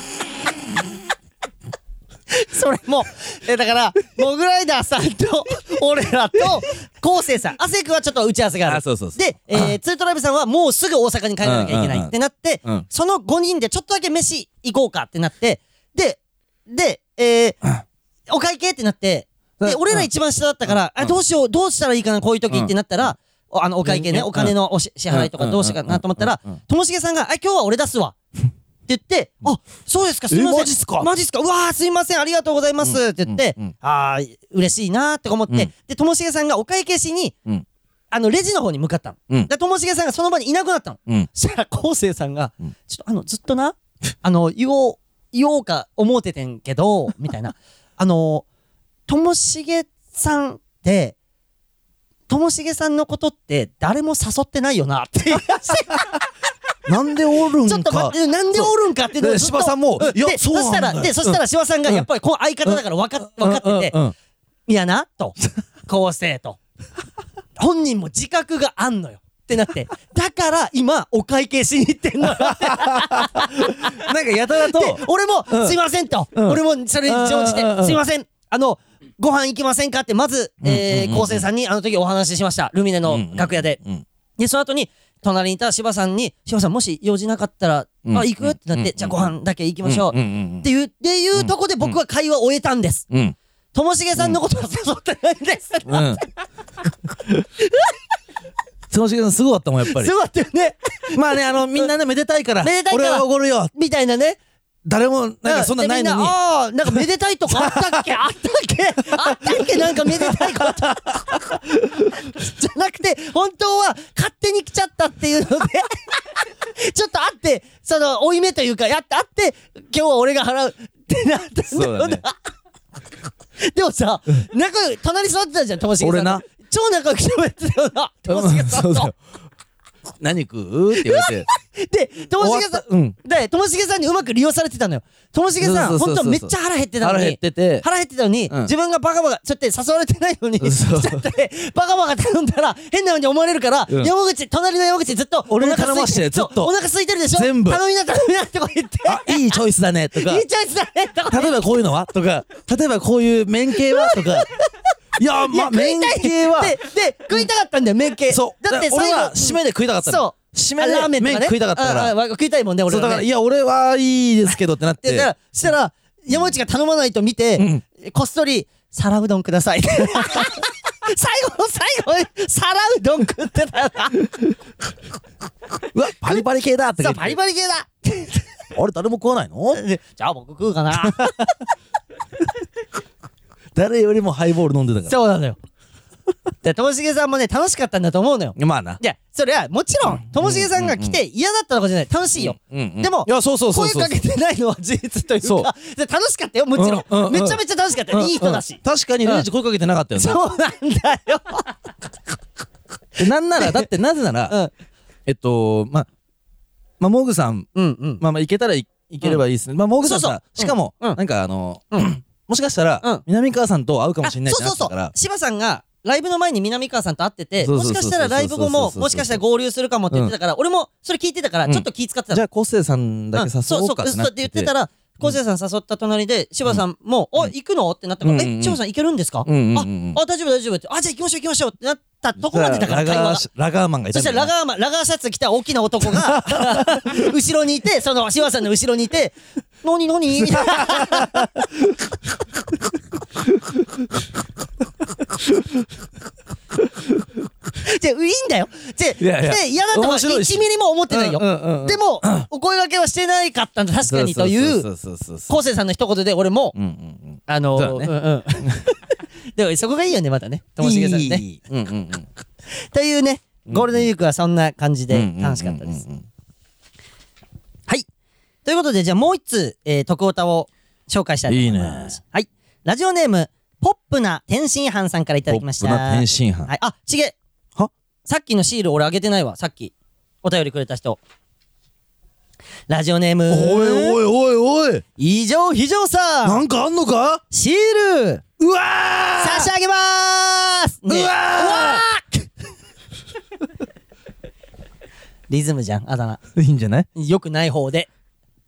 それもえだからモグライダーさんと俺らと昴生さん亜生君はちょっと打ち合わせがあるあそうそうそうで、えー、ツートライブさんはもうすぐ大阪に帰らなきゃいけないってなって、 うんうんうんそのごにんでちょっとだけ飯行こうかってなってででえー、お会計ってなってでうん俺ら一番下だったから、 うんあどうしようどうしたらいいかなこういう時ってなったら、おあのお会計ね、 うんお金のおし支払いとかどうしようかなと思ったらうんうんうんともしげさんが「あ今日は俺出すわ」って言って「あそうですかすいませんえマジっすかマジっすかうわーすいませんありがとうございます」って言って、 うんうんあー嬉しいなーって思って、 うんでともしげさんがお会計しに、 うんあのレジの方に向かったの。 うんでともしげさんがその場にいなくなったの。 うんそしたら昴生さんが、 うんちょっとあのずっとなあの言おう言おうか思うててんけどみたいなあのともしげさんってともしげさんのことって誰も誘ってないよなって言い出してなんでおるんかちょっと待ってなんでおるんかっていうのをでずっと柴さんもういやでそうなんだよそしたらでそしたら柴さんがやっぱりこの相方だから分か分かっててうんうんうんいやなと昴生と本人も自覚があんのよってなってだから今お会計しに行ってんのよなんかやたらとで俺もうんすいませんと、 うん俺もそれに乗じてうんうんうんすいませんあのご飯行きませんかってまずうんうんうんえー昴生さんにあの時お話ししましたルミネの楽屋で、 うんでその後に隣にいた柴さんに柴さんもし用事なかったら、 うんあ行くってなって、 うんじゃあご飯だけ行きましょう、 うんうんうんっていうっていうとこで僕は会話を終えたんです、 うんともしげさんのことは誘ってないんです、 うんつもしげさんすごかったもんやっぱりすごかったよねまあねあのみんなねめでたいからめでたいから俺はおごるよみたいなね誰もなんかそんなないのに、 でみんなああなんかめでたいとかあったっけあったっけあったっけなんかめでたいことじゃなくて本当は勝手に来ちゃったっていうのでちょっとあってその負い目というかやってあって今日は俺が払うってなったんだよな、 そうだねでもさ仲良い隣座ってたじゃんともしげさん俺な超仲良く喋ってたよなともしげさんとそうだよ何食うって言われてでともしげさんうんでともしげさんにうまく利用されてたのよともしげさんそうそうそうそうほんとめっちゃ腹減ってたのに腹減ってて腹減ってたのに、 うん自分がバカバカちょっと誘われてないのにそうちょっとねバカバカ頼んだら変なのに思われるから、 うん山口隣の山口ずっと俺にお腹頼まして空いずっとそうお腹空いてるでしょ全部頼みな頼みなってこう言ってあいいチョイスだねとかいいチョイスだねとか例えばこういうのはとか例えばこういう麺系はとかいやいやまあ麺系はでで食いたかったんだよ麺系そうだって最後俺は締めで食いたかったのそう締めであラーメンとかね麺食いたかったからあああ食いたいもんね俺そうだはねからいや俺はいいですけどってなってでだからそしたら山内が頼まないと見て、こっそり皿うどんください最後の最後に皿うどん食ってたよなうわパリパリ系だってそう言ってパリパリ系だあれ誰も食わないのでじゃあ僕食うかな誰よりもハイボール飲んでたかそうなのよでともしげさんもね楽しかったんだと思うのよらまあないやそれはもちろんともしげさんが来て嫌だったとかじゃない楽しいよ、 うんうんでもいやそうそうそうそう声かけてないのは事実というそうかで楽しかったよもちろん、 うんうんうんめちゃめちゃ楽しかったよ、いい人だし、 うんうん確かにレイジ声かけてなかったよねそうなんだよでなんならだってなぜならうんえっとまあまあモグさんうんうんまあまあいけたらいいければいいですねまあモグさんそうさそうしかもうんなんかあのうんもしかしたらうん南川さんと会うかもあしれないってなそうそうそうってたから柴さんがライブの前に南川さんと会っててもそうそうそうそうしかしたらライブ後ももしかしたら合流するかもって言ってたから、俺もそれ聞いてたからうんちょっと気使ってたじゃあ昴生さんだけ誘そうそうおうかってなそうって言ってたら昴生さん誘った隣で柴さんも「お行くの?」ってなったから「 うんうんうんえ柴さん行けるんですか?」 うんうんうんああ大丈夫大丈夫って「あじゃあ行きましょう行きましょう」ってなったとこまでだからラガ会話がーラガーマンがいたそしたんだよねらラガーマンラガーシャツ着た大きな男が後ろにいてその柴さんの後ろにいて「何何?」みたいなじゃあいいんだよじゃあいやいやで嫌だとは面白いしいちミリも思ってないよ、 うんうんうんでも、お声掛けはしてないかったんだ確かにというそうそうそうそう昴生さんの一言で俺も、 うんうんうんあのそうだねうんうんでもそこがいいよねまたねともしげさんねいいいいうんうんうんというねゴールデンウィークはそんな感じでうん楽しかったですうんうんうんはいということでじゃあもう一通、えー、徳オタを紹介したいと思いますいいねはいラジオネームポップな天津飯さんからいただきましたポップな天津飯はいあちげはさっきのシール俺あげてないわさっきお便りくれた人ラジオネームおいおいおいおい異常非常さんなんかあんのかシールうわー差し上げまーす、ね、 うわーリズムじゃんあだ名いいんじゃないよくない方で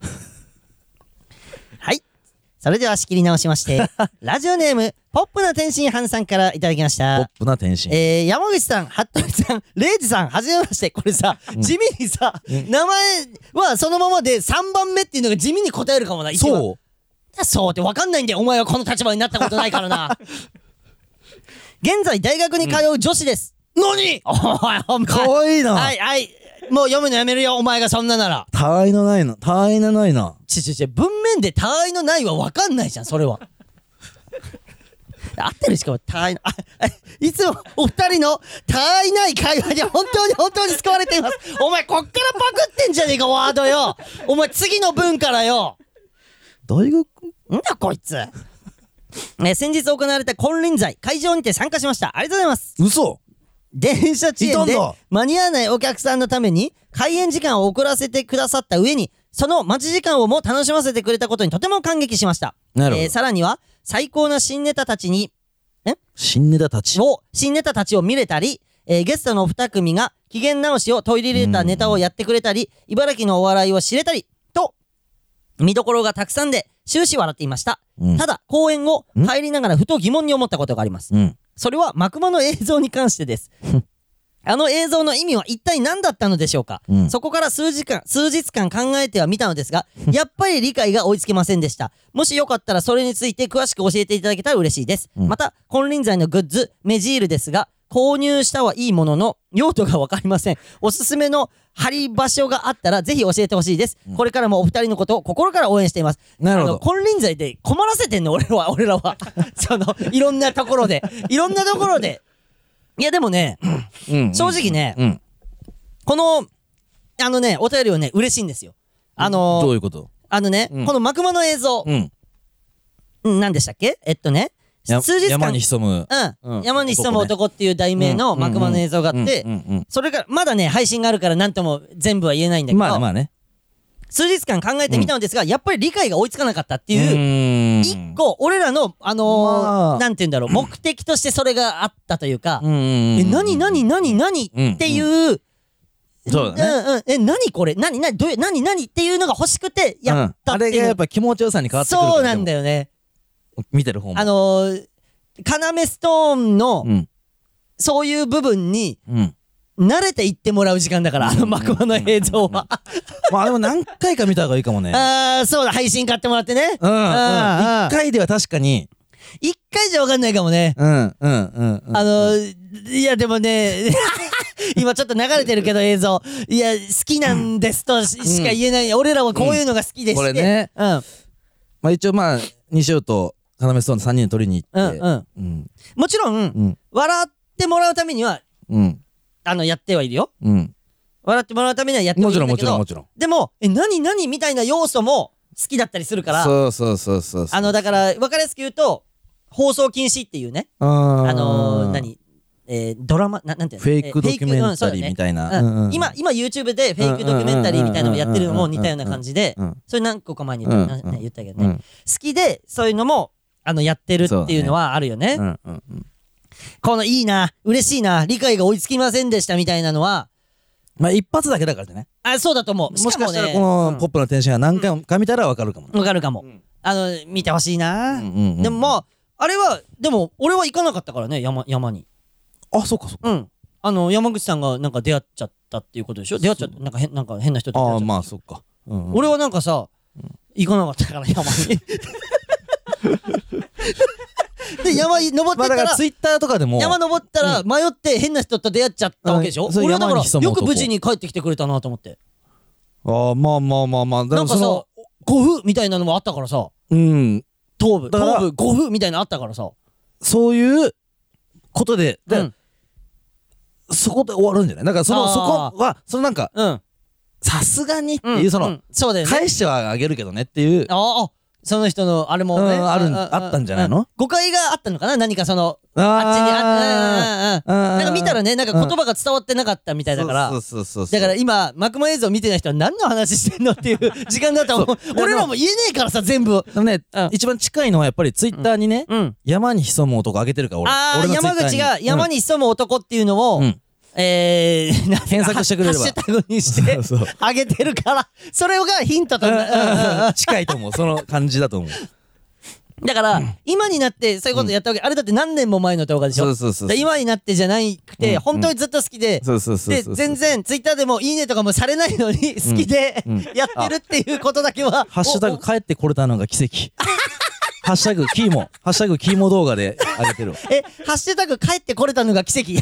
はいそれでは仕切り直しましてラジオネームポップな天津飯さんからいただきましポッたプな天津えー、山口さん、服部さん、レイジさん、はじめまして。これさ、地味にさ、名前はそのままでさんばんめっていうのが地味に答えるかもな、一番そうそうって分かんないんだよ、お前はこの立場になったことないからな。現在大学に通う女子です。 何おい、お前。 かわいいなはい、はい。もう読むのやめるよ、お前がそんななら。 たわいのないのたわいのないなちちち、文面でたわいのないは分かんないじゃん、それは。合ってるしかもたわいのああいつもお二人のたわいない会話に本当に本当に救われています。お前こっからパクってんじゃねえかワードよ。お前次の文からよ。 大学んだこいつ。え先日行われた金輪際会場にて参加しました。ありがとうございます。 嘘電車遅延でいたんだ間に合わないお客さんのために開演時間を遅らせてくださった上にその待ち時間をも楽しませてくれたことにとても感激しました。 なるほどえーさらには最高な新ネタたちに新ネタたちを新ネタたちを見れたり、えーゲストのに組が機嫌直しを取り入れたネタをやってくれたり、茨城のお笑いを知れたりと見どころがたくさんで終始笑っていました、 うんただ公演後帰りながらふと疑問に思ったことがあります、 うんそれは幕間の映像に関してですあの映像の意味は一体何だったのでしょうか、 うんそこから数時間数日間考えてはみたのですがやっぱり理解が追いつけませんでした。もしよかったらそれについて詳しく教えていただけたら嬉しいです、 うんまた金輪際のグッズメジールですが購入したはいいものの用途が分かりません。おすすめの貼り場所があったらぜひ教えてほしいです、うん、これからもお二人のことを心から応援しています。 なるほど。 金輪際で困らせてんの俺らは俺らはそのいろんなところでいろんなところでいやでもね、うん、正直ね、うん、このあのねお便りはね嬉しいんですよ。あのー、 どういうこと？ あのね、うん、このマクマの映像、うん何でしたっけ？えっとね数日間山に潜む、 うんうん、山に潜む男っていう題名のマクマの映像があってそれがまだね配信があるから何とも全部は言えないんだけど、 まあまあね、 数日間考えてみたのですが、うん、やっぱり理解が追いつかなかったっていう一個俺らのあのーまあ、なんて言うんだろう目的としてそれがあったというかえ何何何何っていうそうだね、 うんうん、え何これ何何どういう何何っていうのが欲しくてやったっていう、うん、 あれがやっぱ気持ちよさに変わってくる。 そうなんだよね。 見てる方もあのー、カナメストーンの、うん、そういう部分に、うん、慣れていってもらう時間だから、あのマクマの映像はまあでも何回か見た方がいいかもね。ああそうだ配信買ってもらってね。 うんうん一回では確かに一回じゃ分かんないかもね。 うんうんうん、うん、 あのー、いやでもね今ちょっと流れてるけど映像いや好きなんですとしか言えない、うん、俺らはこういうのが好きでして、 これね、うん、まあ一応まあ西尾とカナメストーンさんにんで取りに行って、うんうんうん、もちろん、うん、笑ってもらうためには、うん、あのやってはいるよ、うん、笑ってもらうためにはやってはいるんだけど、 もちろんもちろんもちろんでもえ何何みたいな要素も好きだったりするから、 そうそうそうそうそう、 あのだから分かりやすく言うと放送禁止っていうね、あのー、何えー、ドラマななんていうのフェイクドキュメンタリーみたいな、 今今 YouTube でフェイクドキュメンタリーみたいなのをやってるのも似たような感じで、それ何個か前に言った、うんうん、言ったけどね、うん、好きでそういうのもあのやってるっていうのはあるよね。うんうんうん、このいいな嬉しいな理解が追いつきませんでしたみたいなのはまあ一発だけだからね。 あそうだと思う。しかもね、 もしかしたらこのポップな天使が何回か見たら分かるかも、ね、 分かるかも、うん、あの見てほしいな、うんうんうん、でもまああれはでも俺は行かなかったからね 山, 山に。 あそうかそうか、 うん、あの山口さんがなんか出会っちゃったっていうことでしょ。出会っちゃったなんか変なんか変な人と出会っちゃった。 あまあそっか、うんうん、 俺はなんかさ、うん、行かなかったから山にで山に登ってたら、まあ、だからツイッターとかでも山登ったら迷って変な人と出会っちゃったわけでしょ、うん、俺はだからよく無事に帰ってきてくれたなと思って。 ああまあまあまあまあなんかさごふみたいなのもあったからさ、うん頭部頭部ごふみたいなのあったからさ、 そういうことで、で、うん、そこで終わるんじゃない？だからそのそこはそのなんかさすがにっていう、うん、その、うん、そうだよね、返してはあげるけどねっていう、 ああその人のあれもね、 うん、あるあったんじゃないの？ 誤解があったのかな、何かそのあっちにああなんか見たらねなんか言葉が伝わってなかったみたいだから、だから今マクマ映像見てない人は何の話してんのっていう時間だと思う俺らも言えねえからさ全部。 でもね、うん、一番近いのはやっぱりツイッターにね、うん、山に潜む男上げてるから俺。 ああ山口が山に潜む男っていうのを、うん、えー、 検索してくれればハッシュタグにしてあげてるからそれがヒントと近いと思うその感じだと思う。 だから、うん、今になってそういうことやったわけ、うん、あれだって何年も前の動画でしょ。そうそうそうそう、今になってじゃなくて、うん、本当にずっと好きで、うん、で全然ツイッターでもいいねとかもされないのに好きで、うん、やってるっていうことだけはハッシュタグ帰ってこれたのが奇跡ハッシュタグキーモハッシュタグキーモ動画で上げてるえハッシュタグ帰ってこれたのが奇跡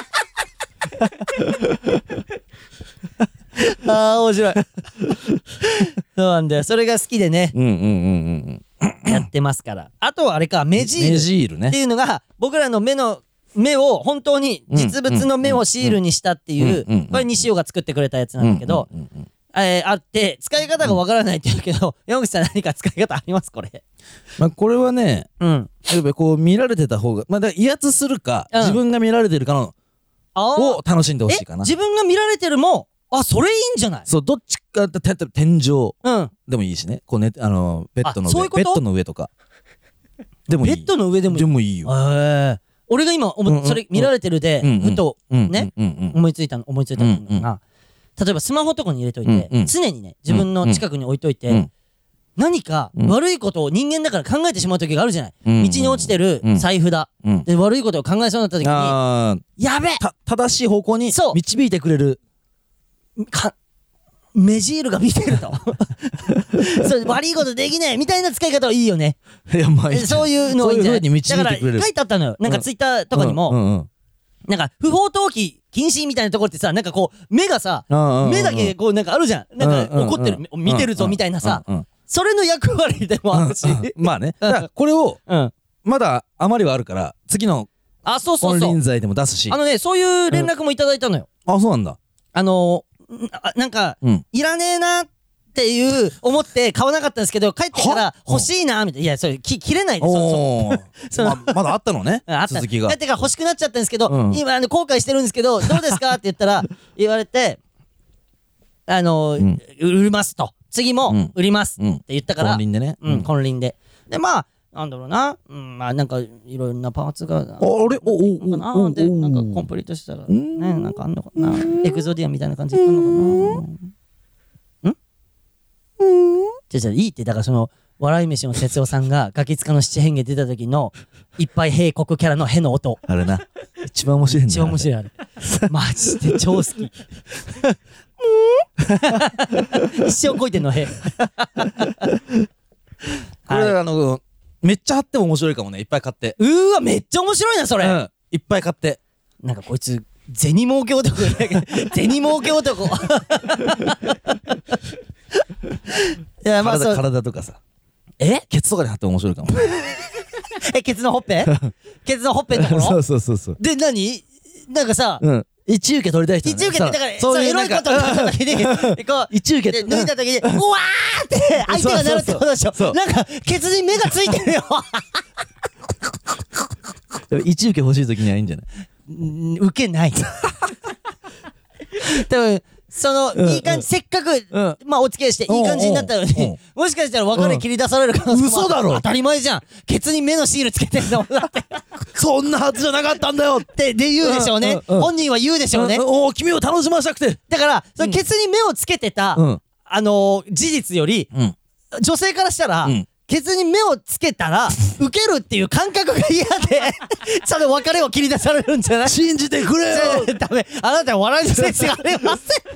あー面白いそうなんだよ、それが好きでね、うんうんうんうんやってますから。あとはあれか目ジール、 目ジールね、 っていうのが僕らの目の目を本当に実物の目をシールにしたっていう、これ西尾が作ってくれたやつなんだけど、えー、あって使い方がわからないって言うけど、山口さん何か使い方ありますこれ？ まあこれはね、うん、やっぱこう見られてた方が、まあだから威圧するか、うん、自分が見られてるかのを楽しんでほしいかな。 自分が見られてるもあそれいいんじゃない？ そうどっちかって天井でもいいしね、こうねあのベッドの上ベッドの上とかでもいい。 ベッドの上でもいい。 でもいいよ。 え俺が今思それ見られてるでふとね思いついたの思いついたのが、例えばスマホとかに入れといて常にね自分の近くに置いといて、何か悪いことを人間だから考えてしまう時があるじゃない。道に落ちてる財布だで悪いことを考えそうになった時にやべた正しい方向に導いてくれるか目ジールが見てるとそれ悪いことできねえみたいな使い方はいいよね。いやまあいいそういうのいいんじゃない。だから書いてあったのよなんかツイッターとかにも、うんうんうん、 なんか不法投棄禁止みたいなところってさ、なんかこう目がさ、目だけこうなんかあるじゃん。なんか怒ってる、見てるぞみたいなさ、それの役割でもあるし。 まあね。だからこれをまだ余りはあるから次のあ、そうそうそう。 金輪際でも出すし。 あのね、そういう連絡もいただいたのよ。 あ、そうなんだ。 あのなんかいらねえなっていう思って買わなかったんですけど、帰ってから欲しいなみたいな。いや、それき切れないです。ままだあったのね。続きが。 帰ってから欲しくなっちゃったんですけど、今あの後悔してるんですけど、どうですかって言ったら言われて、あの売りますと。次も売りますって言ったから。 金輪でね。 うん、金輪で。でまあなんだろうな、まあなんかいろいろなパーツがあれおおおおでなんかコンプリートしたらね、なんかあんのかな、エクゾディアみたいな感じであんのかな。ん？じゃじゃいいって、だからその笑い飯の哲夫さんがガキ使の七変化出た時のいっぱい閉国キャラのへの音、 あれな、一番面白いんだ。 一番面白いあれ。マジで超好き。一生こいてんのへ。 これあのめっちゃ貼っても面白いかもね。いっぱい買って。 うーわ、めっちゃ面白いなそれ。 いっぱい買って。 なんかこいつ銭儲け男だけど、銭儲け男。いや、まあそう、 体とかさ、 えケツとかで貼って面白いかも。 え、ケツのほっぺ？ケツのほっぺのところ？ そうそうそうそう。 で、何？なんかさ、 一受け取りたい人、 一受けってだからそうエロいことになった時にこう一受けで脱いだ時にうわーって相手がなるってことでしょ。なんかケツに目がついてるよ。 一受け欲しい時にはいいんじゃない？ 受けない。多分そのいい感じ、せっかくまあお付き合いしていい感じになったのに、もしかしたら別れ切り出される可能性も。 嘘だろ。 当たり前じゃん。ケツに目のシールつけてんだもんだって。 そんなはずじゃなかったんだよってで言うでしょうね。本人は言うでしょうね。 おお、君を楽しませたくて。 だからそのケツに目をつけてたあの事実より、女性からしたらケツに目をつけたらウケるっていう感覚が嫌で、その別れを切り出されるんじゃない？ 信じてくれよ。 ダメ、あなたは笑いのセンスがありません。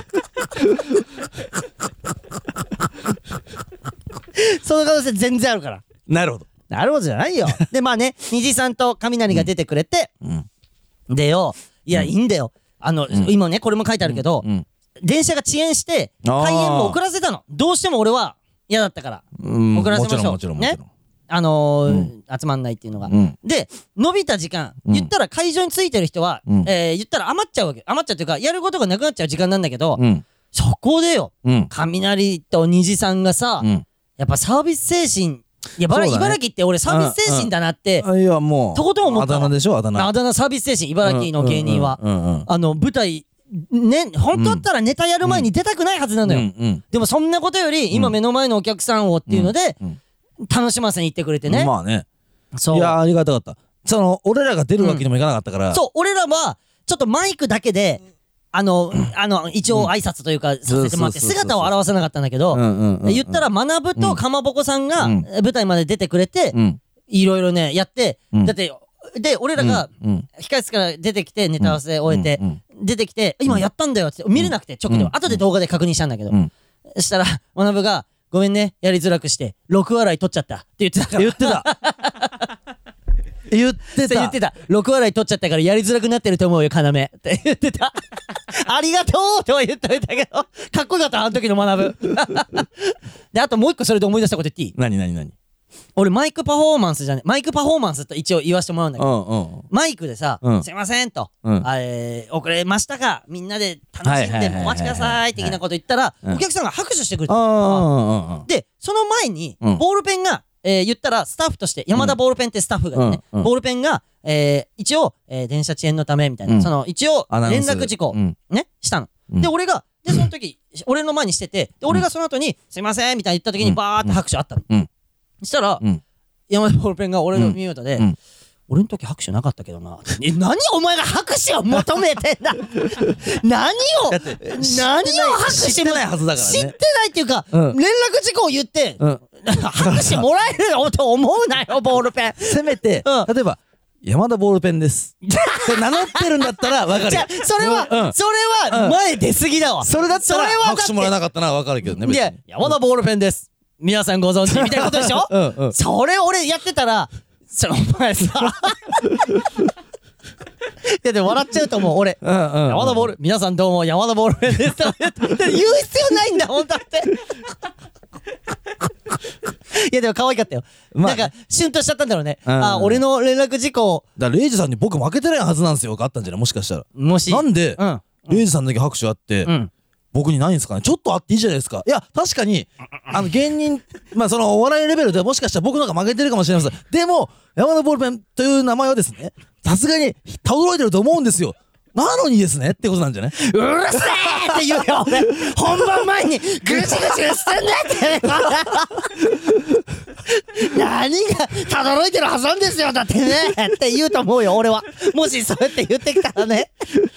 その可能性全然あるから。 なるほど。 なるほどじゃないよ。でまあね、虹さんと雷が出てくれて、でよ、いやいいんだよ。あの今ねこれも書いてあるけど、電車が遅延して開演も遅らせたの。どうしても俺は嫌だったから遅らせましょうね。あのー、集まんないっていうのが、うん、で伸びた時間、うん、言ったら会場についてる人は、うん、えー、言ったら余っちゃうわけ。余っちゃうっていうかやることがなくなっちゃう時間なんだけど、うん、そこでよ、うん、雷と虹さんがさ、うん、やっぱサービス精神、いや、ね、茨城って俺サービス精神だなって、 うんうん、いやもうとことん思ったの。 あだ名でしょ、あだ名。 あだ名サービス精神、茨城の芸人は、あの舞台ね、本当だったらネタやる前に出たくないはずなのよ、うんうん、でもそんなことより今目の前のお客さんをっていうので、うんうん、楽しませに行ってくれてね。 まあね。 そう。 いやありがたかった。その俺らが出るわけにもいかなかったから、 うん、そう俺らはちょっとマイクだけであの、うん、あの一応挨拶というか、うん、させてもらって姿を現さなかったんだけど、言ったら学ぶとかまぼこさんが舞台まで出てくれて、うん、いろいろねやって、うん、だってで俺らが控室から出てきてネタ合わせ終えて、うんうん、出てきて今やったんだよって見れなくて直で、うん、後で動画で確認したんだけど、うん、そしたら学ぶがごめんねやりづらくしてろく笑い取っちゃったって言ってたから。 言ってた言ってた言ってたろく笑い取っちゃったからやりづらくなってると思うよ要って言ってた。ありがとうとは言っといたけどかっこよかったあの時の学ぶ。であともう一個それで思い出したこと言っていい？ 何何何？ 俺マイクパフォーマンスじゃねマイクパフォーマンスと一応言わせてもらうんだけど、うんうん、マイクでさ、うん、すいませんと、うん、あれ遅れましたがみんなで楽しんでお待ちください的なこと言ったら、うん、お客さんが拍手してくれた、うん、でその前にボールペンが、えー、言ったらスタッフとして山田ボールペンってスタッフがね、うん、ボールペンが、えー、一応、えー、電車遅延のためみたいな、うん、その一応連絡事項、うん、ねしたの、うん、で俺がでその時俺の前にしててで俺がその後にすいませんみたいな言った時にバーって拍手あったの、うん、そしたら、うん山田ボールペンが俺の耳元で、うん、俺の時拍手なかったけどな。え、何お前が拍手を求めてんだ。何を何を拍手知ってないはずだからね。 知ってないっていうか、うん、連絡事項を言って、うん、拍手もらえるよと思うなよボールペン。 せめて、うん、例えば山田ボールペンですって名乗ってるんだったら分かるよ。じゃそれは、うん、それは前出過ぎだわ。 それだったら拍手もらえなかったのは分かるけどね。 いや山田ボールペンです。皆さんご存知みたいなことでしょ。うん、うん、それ俺やってたらそのお前さやでも笑っちゃうと思う俺。 うんうんうん山田ボール皆さんどうも山田ボールペンですとか言って言う必要ないんだほんとって。いやでも可愛かったよ、まあ、なんかシュンとしちゃったんだろうね、うん、あ俺の連絡事項だからレイジさんに僕負けてないはずなんですよがあったんじゃないもしかしたら。 もしなんで、 うん、 レイジさんだけ拍手あって、うん、僕にないんですかね。ちょっとあっていいじゃないですか。いや確かにあの芸人まあそのお笑いレベルでもしかしたら僕の方が負けてるかもしれません。でも山田ボールペンという名前はですねさすがに轟いてると思うんですよ。なのにですねってことなんじゃない？ うるせえって言うよ俺本番前にぐちぐち言ってんだって何がたどろいてるはずなんですよだってねって言うと思うよ俺は。もしそうやって言ってきたらね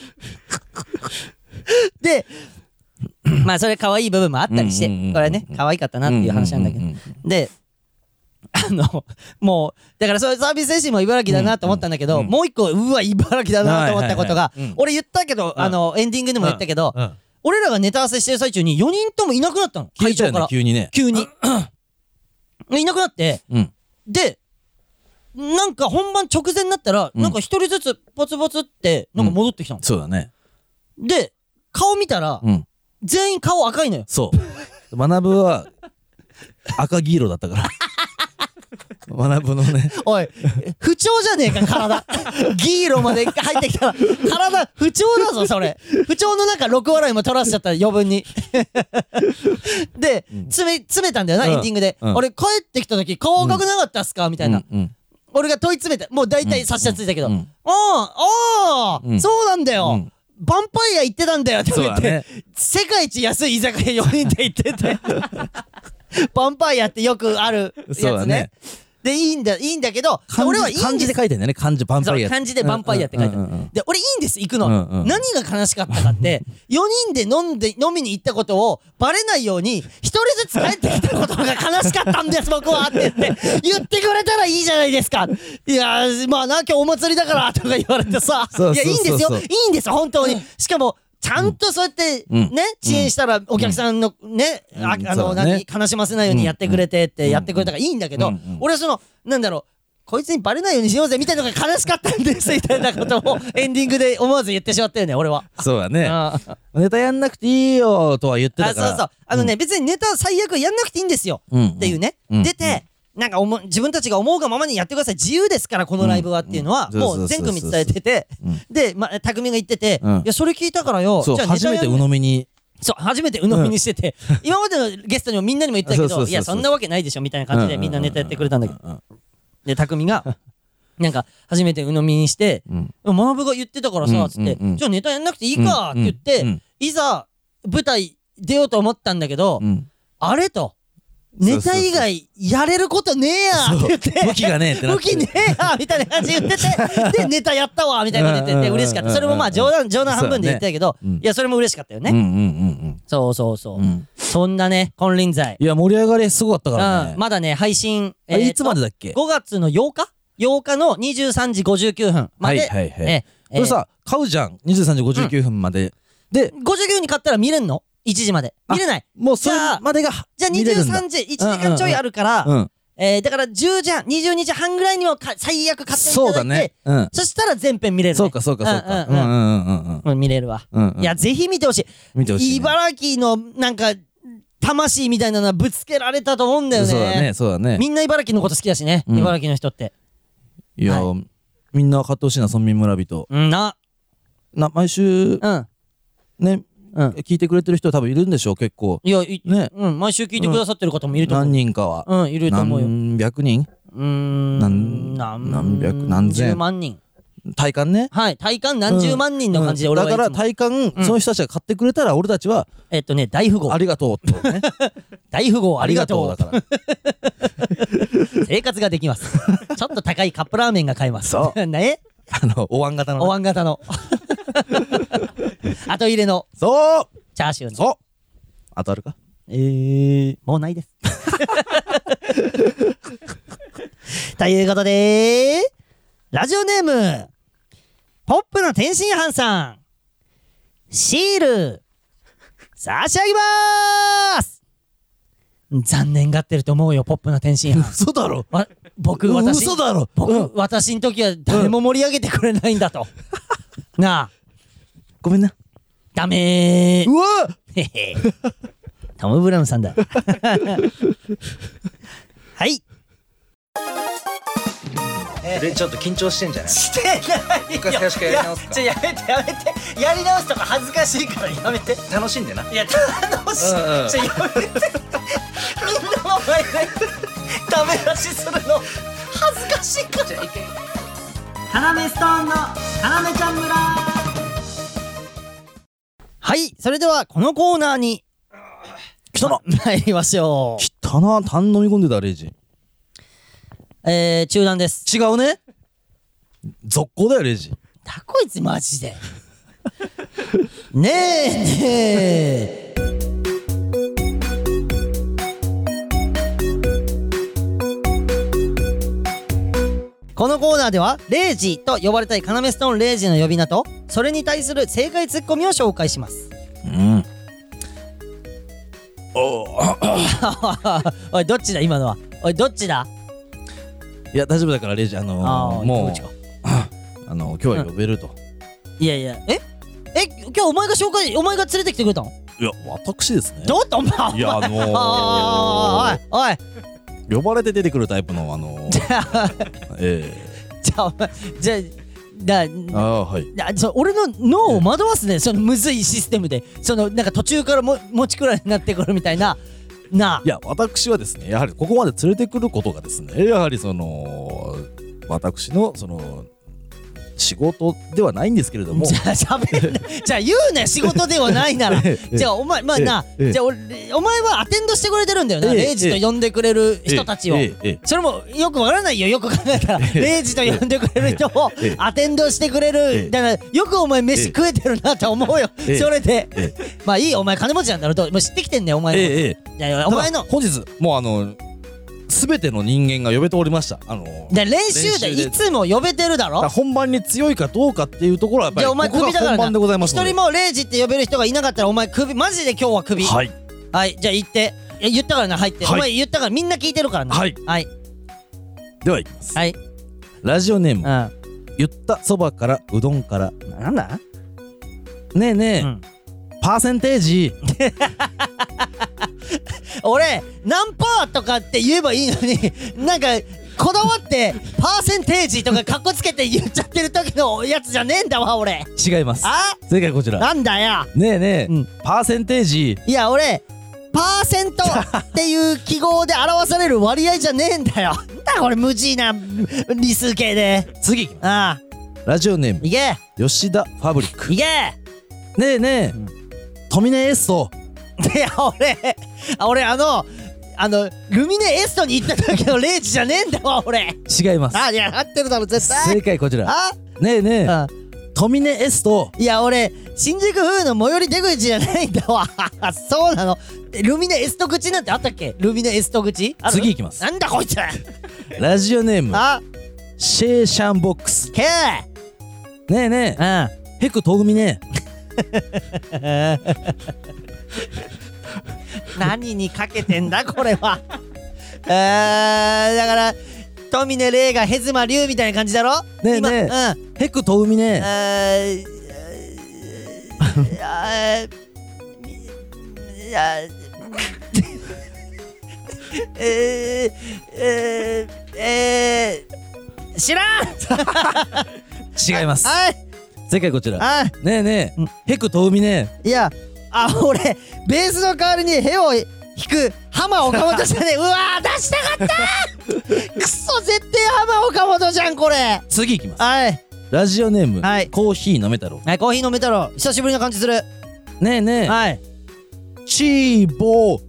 でまあそれ可愛い部分もあったりして、これはね可愛かったなっていう話なんだけど、であのもうだからそういうサービス精神も茨城だなと思ったんだけど、もう一個うわ茨城だなと思ったことが、俺言ったけどあのエンディングでも言ったけど、俺らがネタ合わせしてる最中によにんともいなくなったの会場から。 急にね急にいなくなって、でなんか本番直前になったらなんか一人ずつポツポツってなんか戻ってきたの。 そうだね。 で顔見たら全員顔赤いのよ。 そう学ぶは赤黄色だったから学ぶのねおい不調じゃねえか体ギーロまで入ってきたら体不調だぞそれ。不調の中ろく笑いも取らせちゃった余分にで詰め詰めたんだよな、うん、エンディングで、うん、俺帰ってきた時顔赤くなかったっすかみたいな、うんうん、俺が問い詰めてもう大体察しはついたけど、うんうん、ああああ、うん、そうなんだよ、うんヴァンパイア行ってたんだよって言って、ね、世界一安い居酒屋よにんで行っててヴァンパイアってよくあるやつ ね, ねでいいんだいいんだけど俺はいいんです。 漢字で書いてんだよね漢字ヴァンパイア漢字でヴァンパイアって書いてある、うんうんうん、で俺いいんです行くの、うんうん、何が悲しかったかってよにんで飲んで飲みに行ったことをバレないようにひとりずつ帰ってきたことが悲しかったんです僕はって言って言ってくれたらいいじゃないですか。いやまあな今日お祭りだからとか言われてさいやいいんですよいいんですよ本当に。しかもちゃんとそうやってね、遅延したらお客さんのね、あの何悲しませないようにやってくれてってやってくれたからいいんだけど、俺はそのなんだろうこいつにバレないようにしようぜみたいなのが悲しかったんですみたいなことをエンディングで思わず言ってしまったよね俺は。 そうだねネタやんなくていいよとは言ってたから。 あそうそうあのね別にネタ最悪やんなくていいんですよっていうね出てなんかおも自分たちが思うがままにやってください自由ですからこのライブはっていうのはもう全組伝えててでまあ匠が言ってていやそれ聞いたからよじゃあ初めて鵜呑みにそう初めて鵜呑みにしてて今までのゲストにもみんなにも言ったけどいやそんなわけないでしょみたいな感じでみんなネタやってくれたんだけどで匠がなんか初めて鵜呑みにして学が言ってたからさつってじゃあネタやんなくていいかって言っていざ舞台出ようと思ったんだけどあれとネタ以外やれることねえやって言って武器がねえってなって武器ねえやみたいな感じで言っててでネタやったわみたいなこと言ってて嬉しかった。それもまあ冗談冗談半分で言ってたけどいやそれも嬉しかったよね。そうそうそうそんなね金輪際いや盛り上がりすごかったからね。 まだね配信いつまでだっけごがつのようかようかのにじゅうさんじごじゅうきゅうふんまで。はいはいはいこれさ買うじゃんにじゅうさんじごじゅうきゅうふんまででごじゅうきゅうふんに買ったら見れんのいちじまで見れない。 もうそれまでがじゃあにじゅうさんじいちじかんちょいあるからえだからじゅうじはんにじゅうにじはんぐらいにも最悪買っていただいてそしたら全編見れる。 そうかそうかそうかうんうんうん見れるわ。いやぜひ見てほしい。茨城のなんか魂みたいなのはぶつけられたと思うんだよね。 そうだねそうだね。 みんな茨城のこと好きだしね茨城の人って。 いやみんな買ってほしいな村民村人なな毎週ね聞いてくれてる人多分いるんでしょう結構。 いやねうん毎週聞いてくださってる方もいると思う。 何人かはうんいると思うよ。 何百人うーん何百何千じゅうまんにん体感ね。 はい体感何十万人の感じで俺はだから体感その人たちが買ってくれたら俺たちはえっとね大富豪ありがとうってね大富豪ありがとうだから生活ができます。ちょっと高いカップラーメンが買えます。 そうねあのお椀型のお椀型の後入れのそうチャーシューのそうあとあるかえーもうないですということでラジオネームポップの天津飯さんシール差し上げまーす。残念がってると思うよポップな天津飯。 嘘だろ僕私嘘だろ僕、うん、私の時は誰も盛り上げてくれないんだとなあごめんな。 ダメー。 うわへへトム・ブラウンさんだはいでちょっと緊張してんじゃない？ してないよ。 一回最初からやり直すか。 いやちょやめてやめてやり直すとか恥ずかしいからやめて。 楽しんでな。 いや楽しい、 うんうん、 ちょやめてみんなの前でダメ出しするの恥ずかしいから。じゃあ一回カナメストーンのカナメちゃん村。はい、それではこのコーナーに来たな参りましょう。 来たな。タン飲み込んでたレイジ。 えー、中断です。 違うね。続行だよレイジ。 だこいつマジでねえねえこのコーナーではレイジと呼ばれたいカナメストーンレイジの呼び名とそれに対する正解ツッコミを紹介します。 うんおいどっちだ今のは。おいどっちだ。 いや大丈夫だからレイジ。あのー、 あもうあの今日は呼べると、 うん、いやいやええ今日お前が紹介お前が連れてきてくれたの。 いや私ですね。 どうってお前いやあのー、 あおいおい呼ばれて出てくるタイプのあのー、 じゃあええー、じゃあお前じゃあだああはいだそ俺の脳を惑わすね、そのむずいシステムでそのなんか途中からも持ちくらいになってくるみたいなないや私はですねやはりここまで連れてくることがですねやはりその私のその仕事ではないんですけれどもじゃあしゃべんなじゃあ言うね仕事ではないならじゃあお前まあなじゃあ俺お前はアテンドしてくれてるんだよな、レイジと呼んでくれる人たちを。それもよくわからないよ。よく考えたらレイジと呼んでくれる人をアテンドしてくれるだからよくお前飯食えてるなって思うよ。それでまあいいお前金持ちなんだろうもう知ってきてんねお前の。いやお前の本日もうあの全ての人間が呼べておりました。あのー、 で練習でいつも呼べてるだろ。 本番に強いかどうかっていうところはやっぱりお前クビだからな。 本番でございますので一人もレイジって呼べる人がいなかったらお前クビマジで今日はクビ。 はいはいじゃあ言って言ったからな入って、はい、お前言ったからみんな聞いてるからな。 はいはいではいきます。 はいラジオネーム、 うん、 言ったそばからうどんからなんだねえねえ、うん、パーセンテージ俺何パーとかって言えばいいのになんかこだわってパーセンテージとかカッコつけて言っちゃってる時のやつじゃねえんだわ俺。 違います。 あ正解こちら。 なんだよねえねえ、うん、パーセンテージいや俺パーセントっていう記号で表される割合じゃねえんだよ。なんだこれ無慈な理数系で。 次ああラジオネームいけ吉田ファブリックいけねえねえ、うん、トミネエストいや俺俺あのあのルミネエストに行った時のレイジじゃねえんだわ俺。 違います。 あいや合ってるだろ絶対。 正解こちら。 あねえねえ、うん、トミネエストいや俺新宿風の最寄り出口じゃないんだわそうなの。ルミネエスト口なんてあったっけ。ルミネエスト口次いきます。 なんだこいつラジオネームあシェーシャンボックスけーねえねえ、 うん、 ヘクトウミね何にかけてんだこれはえー、だからトミネレイがヘズマリュウみたいな感じだろ。 ねえねえ、うん、ヘクトウミねえー、いやいやえー、えー、えー、知らん違います。 はい正解こちら。 はいねえねえ、ヘクトウミねいやあ俺ベースの代わりにヘを弾く浜岡本じゃねえうわー出したかったくそ絶対浜岡本じゃんこれ。 次いきます。 はいラジオネーム、 はい、 コーヒー飲め太郎はいコーヒー飲め太郎久しぶりな感じする。 ねえねえ、 はいチーボー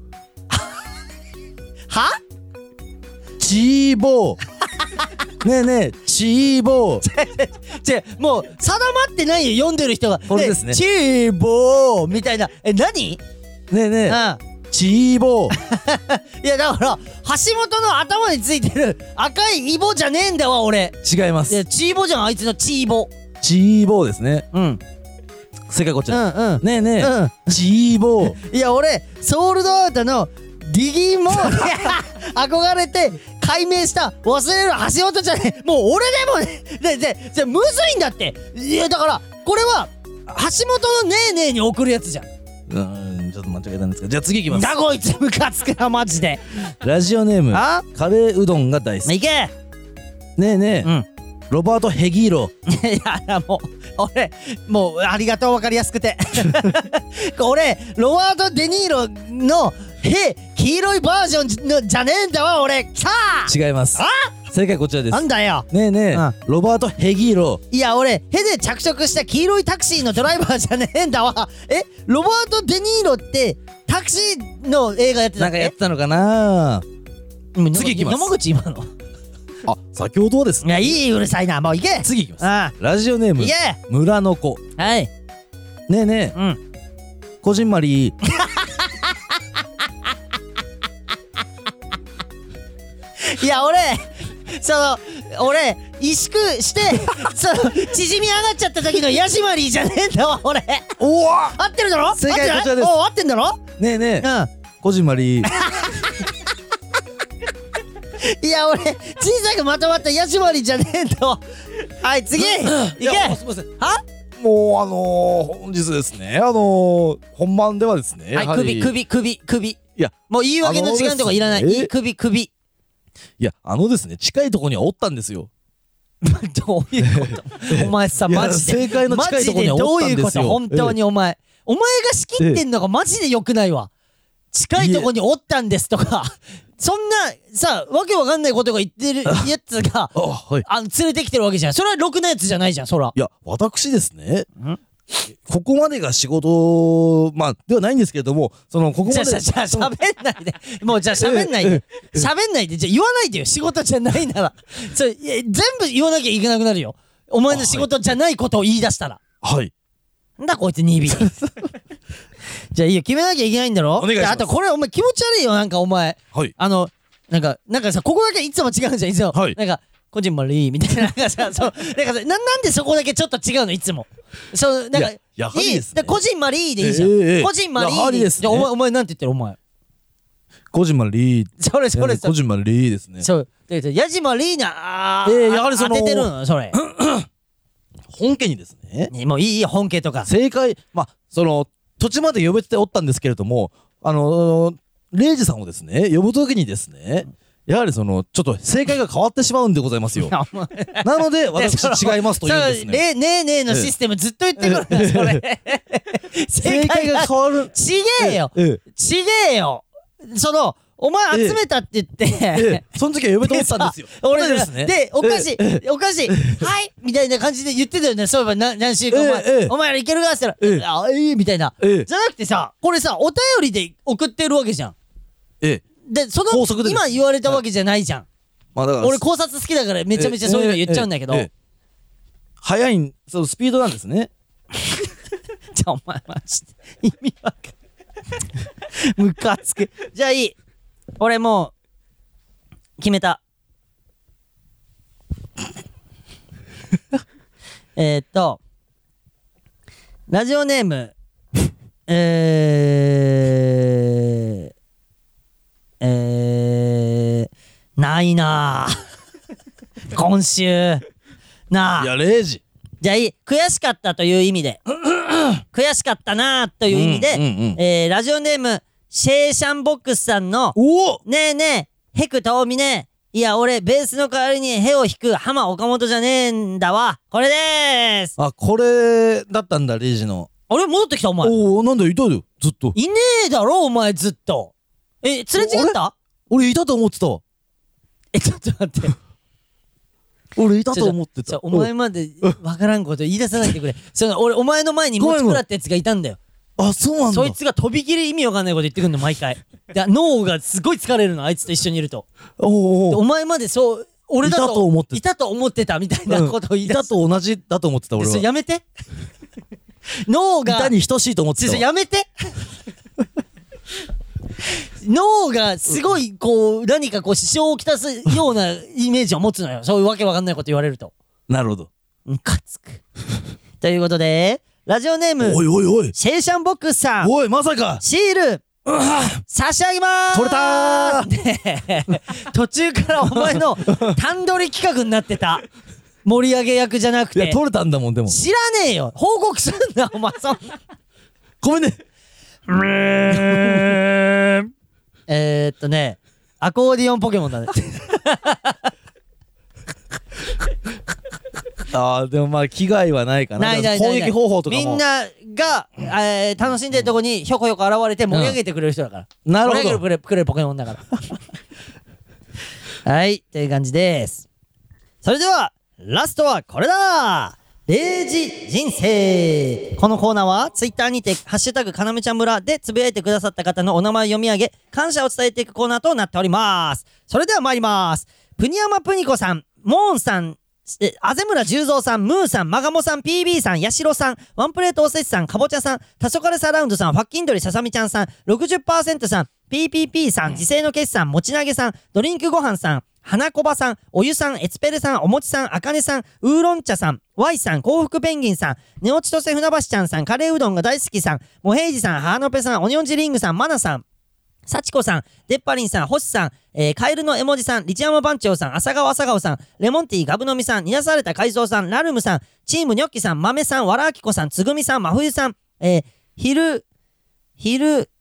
はチーボーねえねえチーボー違うもう定まってないよ読んでる人がこれですね。 チーボーみたいなえ何ねえねえ、 うん、 チーボーいやだから橋本の頭についてる赤いイボじゃねえんだわ俺。 違います。 いやチーボじゃんあいつのチーボチーボーですね。 うん正解こちら。 うんうんねえねえ、 うん、 チーボーいや俺ソールドアウトのディギーモー憧れて解明した忘れる橋本じゃねえもう俺でもねでででむずいんだって。いやだからこれは橋本のねえねえに送るやつじゃん。 うーんちょっと間違えたんですけど、じゃあ次いきます。 だこいつムカつくなマジで。 ラジオネームあカレーうどんが大好き。 いけ。 ねえねえ、 うんロバート・ヘギーロ。 いやいやもう俺もうありがとう分かりやすくて俺ロバート・デ・ニーロのへ黄色いバージョンのじゃねえんだわ俺さあ。 違います。 あ正解こちらです。 なんだよ。 ねえねえ、 うんロバート・ヘギーロ。 いや俺へで着色した黄色いタクシーのドライバーじゃねえんだわ。えロバート・デ・ニーロってタクシーの映画やってたっけ。 なんかやってたのかな。 うん次いきます山口今の。 あ、先ほどはですね。 いやいいうるさいなもう行け。 次いきます。 あラジオネーム行け。 村の子。 はい。 ねえねえ、 うん。 こじんまり。 いや俺その俺萎縮してその縮み上がっちゃった時のヤジマリーじゃねえんだわ俺。 おお。 合ってるだろ。 正解合ってないこちらですおう合ってんだろ。 ねえねえ、 うこじんまり。 ん。いや俺小さくまとまったヤジマリーじゃねえんだわ。はい次行け。 いやもうすいません。 はもうあのー、本日ですね、あのー、本番ではですね、 はいやはり首首首首。 いやもう言い訳の時間とかいらない。 あのですねいい首首。 いやあのですね、近いところにはおったんですよ。 どういうことお前さいやマジで正解の近いところにはおったんですよ。 マジでどういうこと本当にお前お前が仕切ってんのがマジで良くないわ。近いとこにおったんですとかそんなさわけわかんないことが言ってるやつがあ、はい。 あの連れてきてるわけじゃん。それはろくなやつじゃないじゃんそら。 いや私ですね、 んここまでが仕事まあではないんですけれども、そのここまでじゃあじゃあじゃあ喋んないでもうじゃあ喋んないで喋んないでじゃあ言わないでよ仕事じゃないならそれいや全部言わなきゃいけなくなるよお前の仕事じゃないことを言い出したら。 はい。 なんだこいつにビじゃあいいよ決めなきゃいけないんだろ。 お願いしますあとこれお前気持ち悪いよなんかお前はい。 あのなんかなんかさここだけいつも違うじゃんいつも、 はいなんかこじんまりみたいななんかさそうなんかさななんでそこだけちょっと違うのいつもそうなんかいややはりですねいいこじんまりでいいじゃん、 ええええこじんまりやはりですねじゃあお前お前なんて言ってるお前こじんまり。 それそれそれこじんまりですね。 そうででやじまりなあー、 ええやはりその当ててるのそれ本家にですね、 ねもういいよ本家とか正解、まあその土地まで呼べておったんですけれども、あのー、レイジさんをですね呼ぶときにですね、やはりそのちょっと正解が変わってしまうんでございますよ。 いやお前なので私違いますと言うんですね。 そうねえねえねえのシステムずっと言ってくるなそれ正解が変わる。 ちげえよえちげえよそのお前集めたって言って、 えええ、その時は呼べておったんですよ。 俺でですね。 でおかしい、 えおかしいはいみたいな感じで言ってたよねそういえばな何週間前、 ええええお前らいけるかって言ったええら、あええみたいな、 ええじゃなくてさこれさお便りで送ってるわけじゃん。 ええ、 でその高速でです今言われたわけじゃないじゃん、 まあだから俺考察好きだからめちゃめちゃそういうの言っちゃうんだけど、 ええええ早いん、そのスピードなんですね。 じゃあお前マジで意味わかんムカつく。じゃあいい俺もう決めたえーっとラジオネームえーえーないなあ今週なあいやレイジ。 じゃあいい悔しかったという意味で悔しかったなあという意味で、 うんうんうんえーラジオネームシェーシャンボックスさんのおお。 ねえねえヘクトウミねいや俺ベースの代わりにヘを弾く浜岡本じゃねえんだわこれでーす。 あ、これだったんだレイジの。 あれ戻ってきたお前おお、なんだいたよずっと。 いねえだろお前ずっとえすれ違った俺いたと思ってた。 えちょっと待って俺いたと思ってた。 ちょお前までわからんこと言い出さないでくれその俺お前の前に持ちくらってやつがいたんだよ。 あ、そうなんだ。 そいつがとびきり意味わかんないこと言ってくんの毎回で脳がすごい疲れるのあいつと一緒にいるとおお。 でお前までそう俺だといたと思ってたいたと思ってたみたいなことを言いい出す、 たと同じだと思ってた俺は。 それやめて脳がいたに等しいと思ってちょたわ。 やめて脳がすごいこう何かこう支障をきたすようなイメージを持つのよそういうわけわかんないこと言われるとなるほど。 ムカつくということでラジオネームおいおいおい。 シェイシャンボックスさんおいまさか。 シール差し上げまーす取れたーねえ途中からお前の単撮り企画になってた盛り上げ役じゃなくて。 いや、取れたんだもん、でも。 知らねえよ。報告すんな、お前、そんな。 ごめんね。 えーっとね、アコーディオンポケモンだね。 あー、でもまあ、危害はないかな。 ないないないない。 攻撃方法とかも。 みんなが、えー、楽しんでるとこにひょこひょこ現れて盛り上げてくれる人だから。 うん、なるほど。 盛り上げてくれくれるポケモンだから。はい、という感じです。それでは、ラストはこれだれいじ人生。このコーナーはツイッターにてハッシュタグかなめちゃん村でつぶやいてくださった方のお名前を読み上げ感謝を伝えていくコーナーとなっております。それでは参ります。プニヤマプニコさん、モーンさん、えあぜむらじゅうぞうさん、ムーさん、マガモさん、ピービー さん、ヤシロさん、ワンプレートおせちさん、かぼちゃさん、タソカレサラウンドさん、ファッキンドリささみちゃんさん、ろくじゅっパーセント さん、ピーピーピー さん、時世の決さん、もちなげさん、ドリンクごはんさん、花こばさん、おゆさん、エツペレさん、おもちさん、あかねさん、ウーロン茶さん、ワイさん、幸福ペンギンさん、ネオチトセ船橋ちゃんさん、カレーうどんが大好きさん、モヘイジさん、ハーノペさん、オニオンジリングさん、マナさん、サチコさん、デッパリンさん、ホシさん、えー、カエルの絵文字さん、リチヤマ番長さん、浅川朝顔さん、レモンティーガブ飲みさん、煮出された海藻さん、ラルムさん、チームニョッキさん、豆さん、わらあきこさん、つぐみさん、真冬さん、えー、ひる、ひる、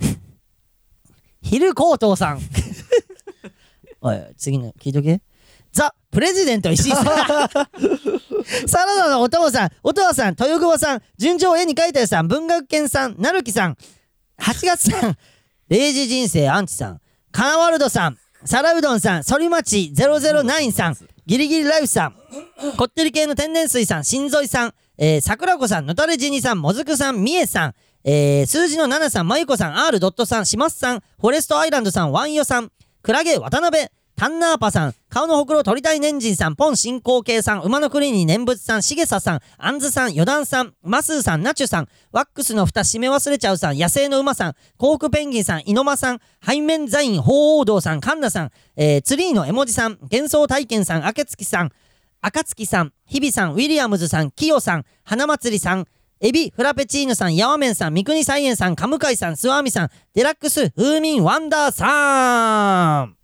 ひるこうとうさん。おい、次の聞いとけ。ザ・プレジデント石井さん。サラダのおともさん、おとわさん、豊久保さん、純情絵に描いたよさん、文学研さん、なるきさん、はちがつさん、れいじ人生アンチさん、カナワルドさん、皿うどんさん、反町ゼロゼロナインさん、ギリギリライフさん、こってり系の天然水さん、しんぞいさん、えー、桜子さん、のたれじにさん、もずくさん、みえさん、えー、数字のななさん、まゆこさん、R ドットさん、しますさん、フォレストアイランドさん、ワンヨさん、クラゲ渡辺、タンナーパさん、顔のほくろ鳥谷年人さん、ポン進行形さん、馬の国に念仏さん、しげささん、あんずさん、よだんさん、マスーさん、ナチュさん、ワックスの蓋閉め忘れちゃうさん、野生の馬さん、コークペンギンさん、イノマさん、背面ザイン、鳳凰堂さん、カンナさん、えー、ツリーの絵文字さん、幻想体験さん、あけつきさん、あかつきさん、日比さん、ウィリアムズさん、キヨさん、花祭りさん、エビフラペチーノさん、ヤワメンさん、三国サイエンさん、カムカイさん、スワーミさん、デラックス、風民ワンダーさん。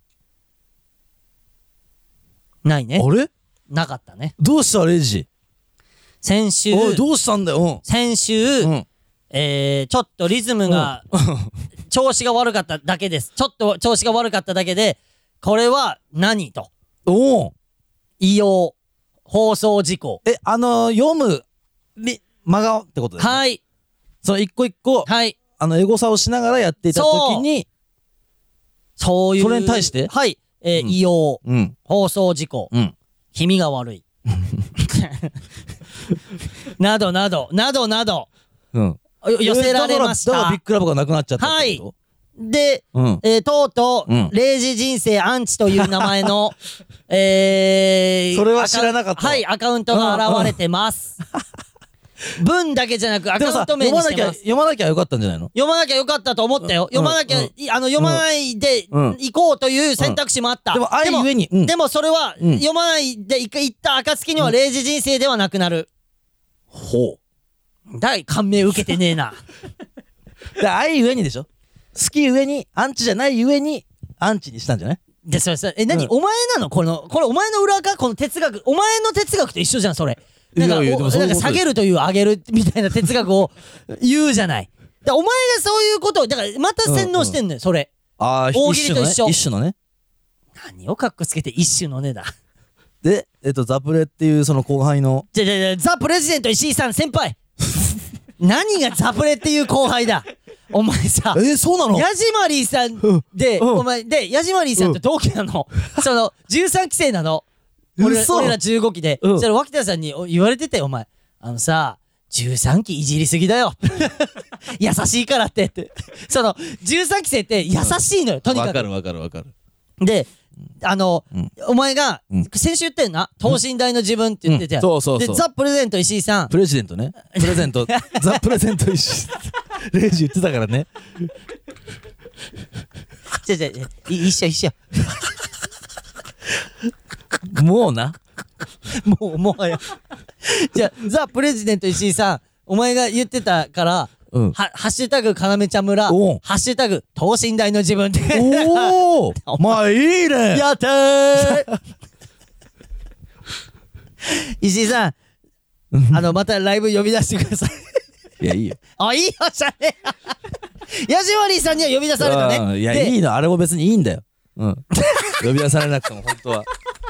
ないね。 あれなかったね。 どうしたレイジ。 先週、 おいどうしたんだよ。うん、 先週、うん、えー、ちょっとリズムが、うん、調子が悪かっただけです。ちょっと調子が悪かっただけで、これは何と。 おお。 異様、放送事項。 え、あのー、読む、り、真顔ってことですね。 はい。 その一個一個、 はい。 あの、エゴサをしながらやっていたときに、 そういう。 それに対してはい。えーうん、異様、うん、放送事項、うん、気味が悪いなどなどなどなど、うん、寄せられました。 だからビッグラブがなくなっちゃったってこと。 はい。で、うんえー、とうとう、うん、れいじ人生アンチという名前のえー、 それは知らなかった。 はい、アカウントが現れてます。文だけじゃなくアカウント名にしてます。 読まなきゃよかったんじゃないの。 読まなきゃよかったと思ったよ。読まなきゃ、うん、あの読まないで行こうという選択肢もあった。 うん、でも愛ゆえに、 うん、でもそれは、うん、読まないで行った暁にはれいじ人生ではなくなる。 ほう。だい感銘受けてねえな。 愛ゆえにでしょ。好きゆえにアンチじゃないゆえにアンチにしたんじゃない。 でそれそれえ何、うん、お前なのこのこれお前の裏かこの哲学お前の哲学と一緒じゃんそれ。なんか、なんか下げるという上げるみたいな哲学を言うじゃない。だお前がそういうことをだからまた洗脳してんのよ、うんうん、それ。 ああ、 大喜利と一緒。 一種のね。 何をカッコつけて一種のねだ。 で、えっとザプレっていうその後輩の。 じゃじゃじゃザプレジデント石井さん先輩。何がザプレっていう後輩だ。お前さ、 えー、そうなの。 ヤジマリーさんで、うん、お前でヤジマリーさんと同期なの。うん、そのじゅうさんきせいなの。俺, 俺らじゅうごきで、うん、それ脇田さんに言われてたよお前。あのさじゅうさんきいじりすぎだよ。優しいからってってそのじゅうさんき生って優しいのよ、うん、とにかく。 わかるわかるわかる。 であの、うん、お前が、うん、先週言ってんな等身大の自分って言ってて、うん、 そうそうそう。 でザ・プレゼント石井さん。 プレジデントね。プレゼントザ・プレゼント石井レイジ言ってたからね。 じゃじゃ一緒一緒。 もうなもうもはやじゃあザ・プレジデント石井さんお前が言ってたから、うん、はハッシュタグかなめちゃん村ハッシュタグ等身大の自分っておおまあいいねやったー石井さんあのまたライブ呼び出してください。 いやいいよ。 あいいよじゃねヤジマリーさんには呼び出されたね。 いやいいの、あれも別にいいんだよ。うん呼び出されなくても本当は。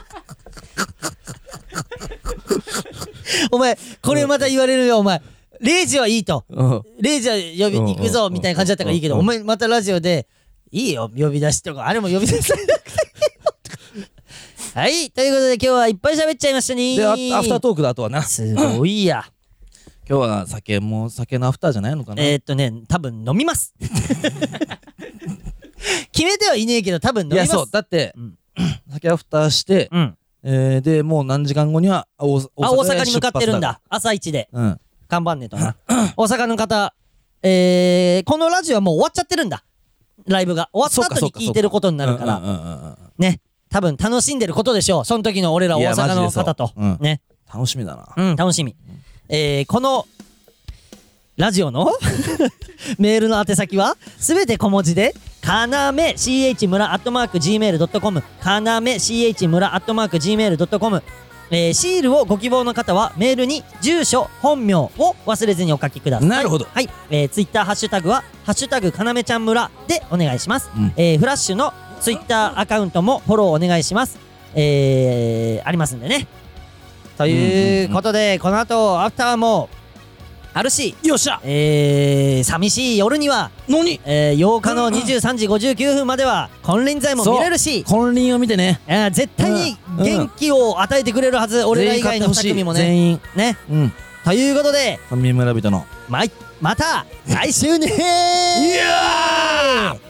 お前これまた言われるよお前。レイジはいいと、 うん、 レイジは呼びに行くぞみたいな感じだったからいいけど、お前またラジオでいいよ呼び出しとかあれも呼び出されなくてはいということで今日はいっぱい喋っちゃいましたね。 でアフタートークだとはな、 すごいや今日は酒も酒のアフターじゃないのかな。 えー、っとね多分飲みます決めてはいねえけど多分飲みます。 いやそうだって、うん、酒アフターして、 うんえー、でもう何時間後には大阪あ大阪に向かってるんだ。朝一で、うん、看板ねとな大阪の方、えー、このラジオはもう終わっちゃってるんだ。ライブが終わった後に聞いてることになるからね、多分楽しんでることでしょうその時の俺ら大阪の方と、うん、ね楽しみだな。 うん楽しみ、うん、えー、このラジオのメールの宛先はすべて小文字でかなめ シーエイチ 村アットマーク ジーメールドットコム かなめ シーエイチ 村アットマーク ジーメールドットコム、えー、シールをご希望の方はメールに住所本名を忘れずにお書きください。 なるほど。 はい、えー、ツイッターハッシュタグはハッシュタグかなめちゃん村でお願いします、うん、えー、フラッシュのツイッターアカウントもフォローお願いします。えー、ありますんでね。ということで、うんうんうん、この後アフターもあるし、 よっしゃ、 えー、寂しい夜には何、 えー、ようかのにじゅうさんじごじゅうきゅうふんまでは金輪際も見れるし、 金輪を見てね、 えー、絶対に元気を与えてくれるはず、うん、俺ら以外のに組もね全員ね、 うん、 ということで三村人のままた来週ねー。 いやー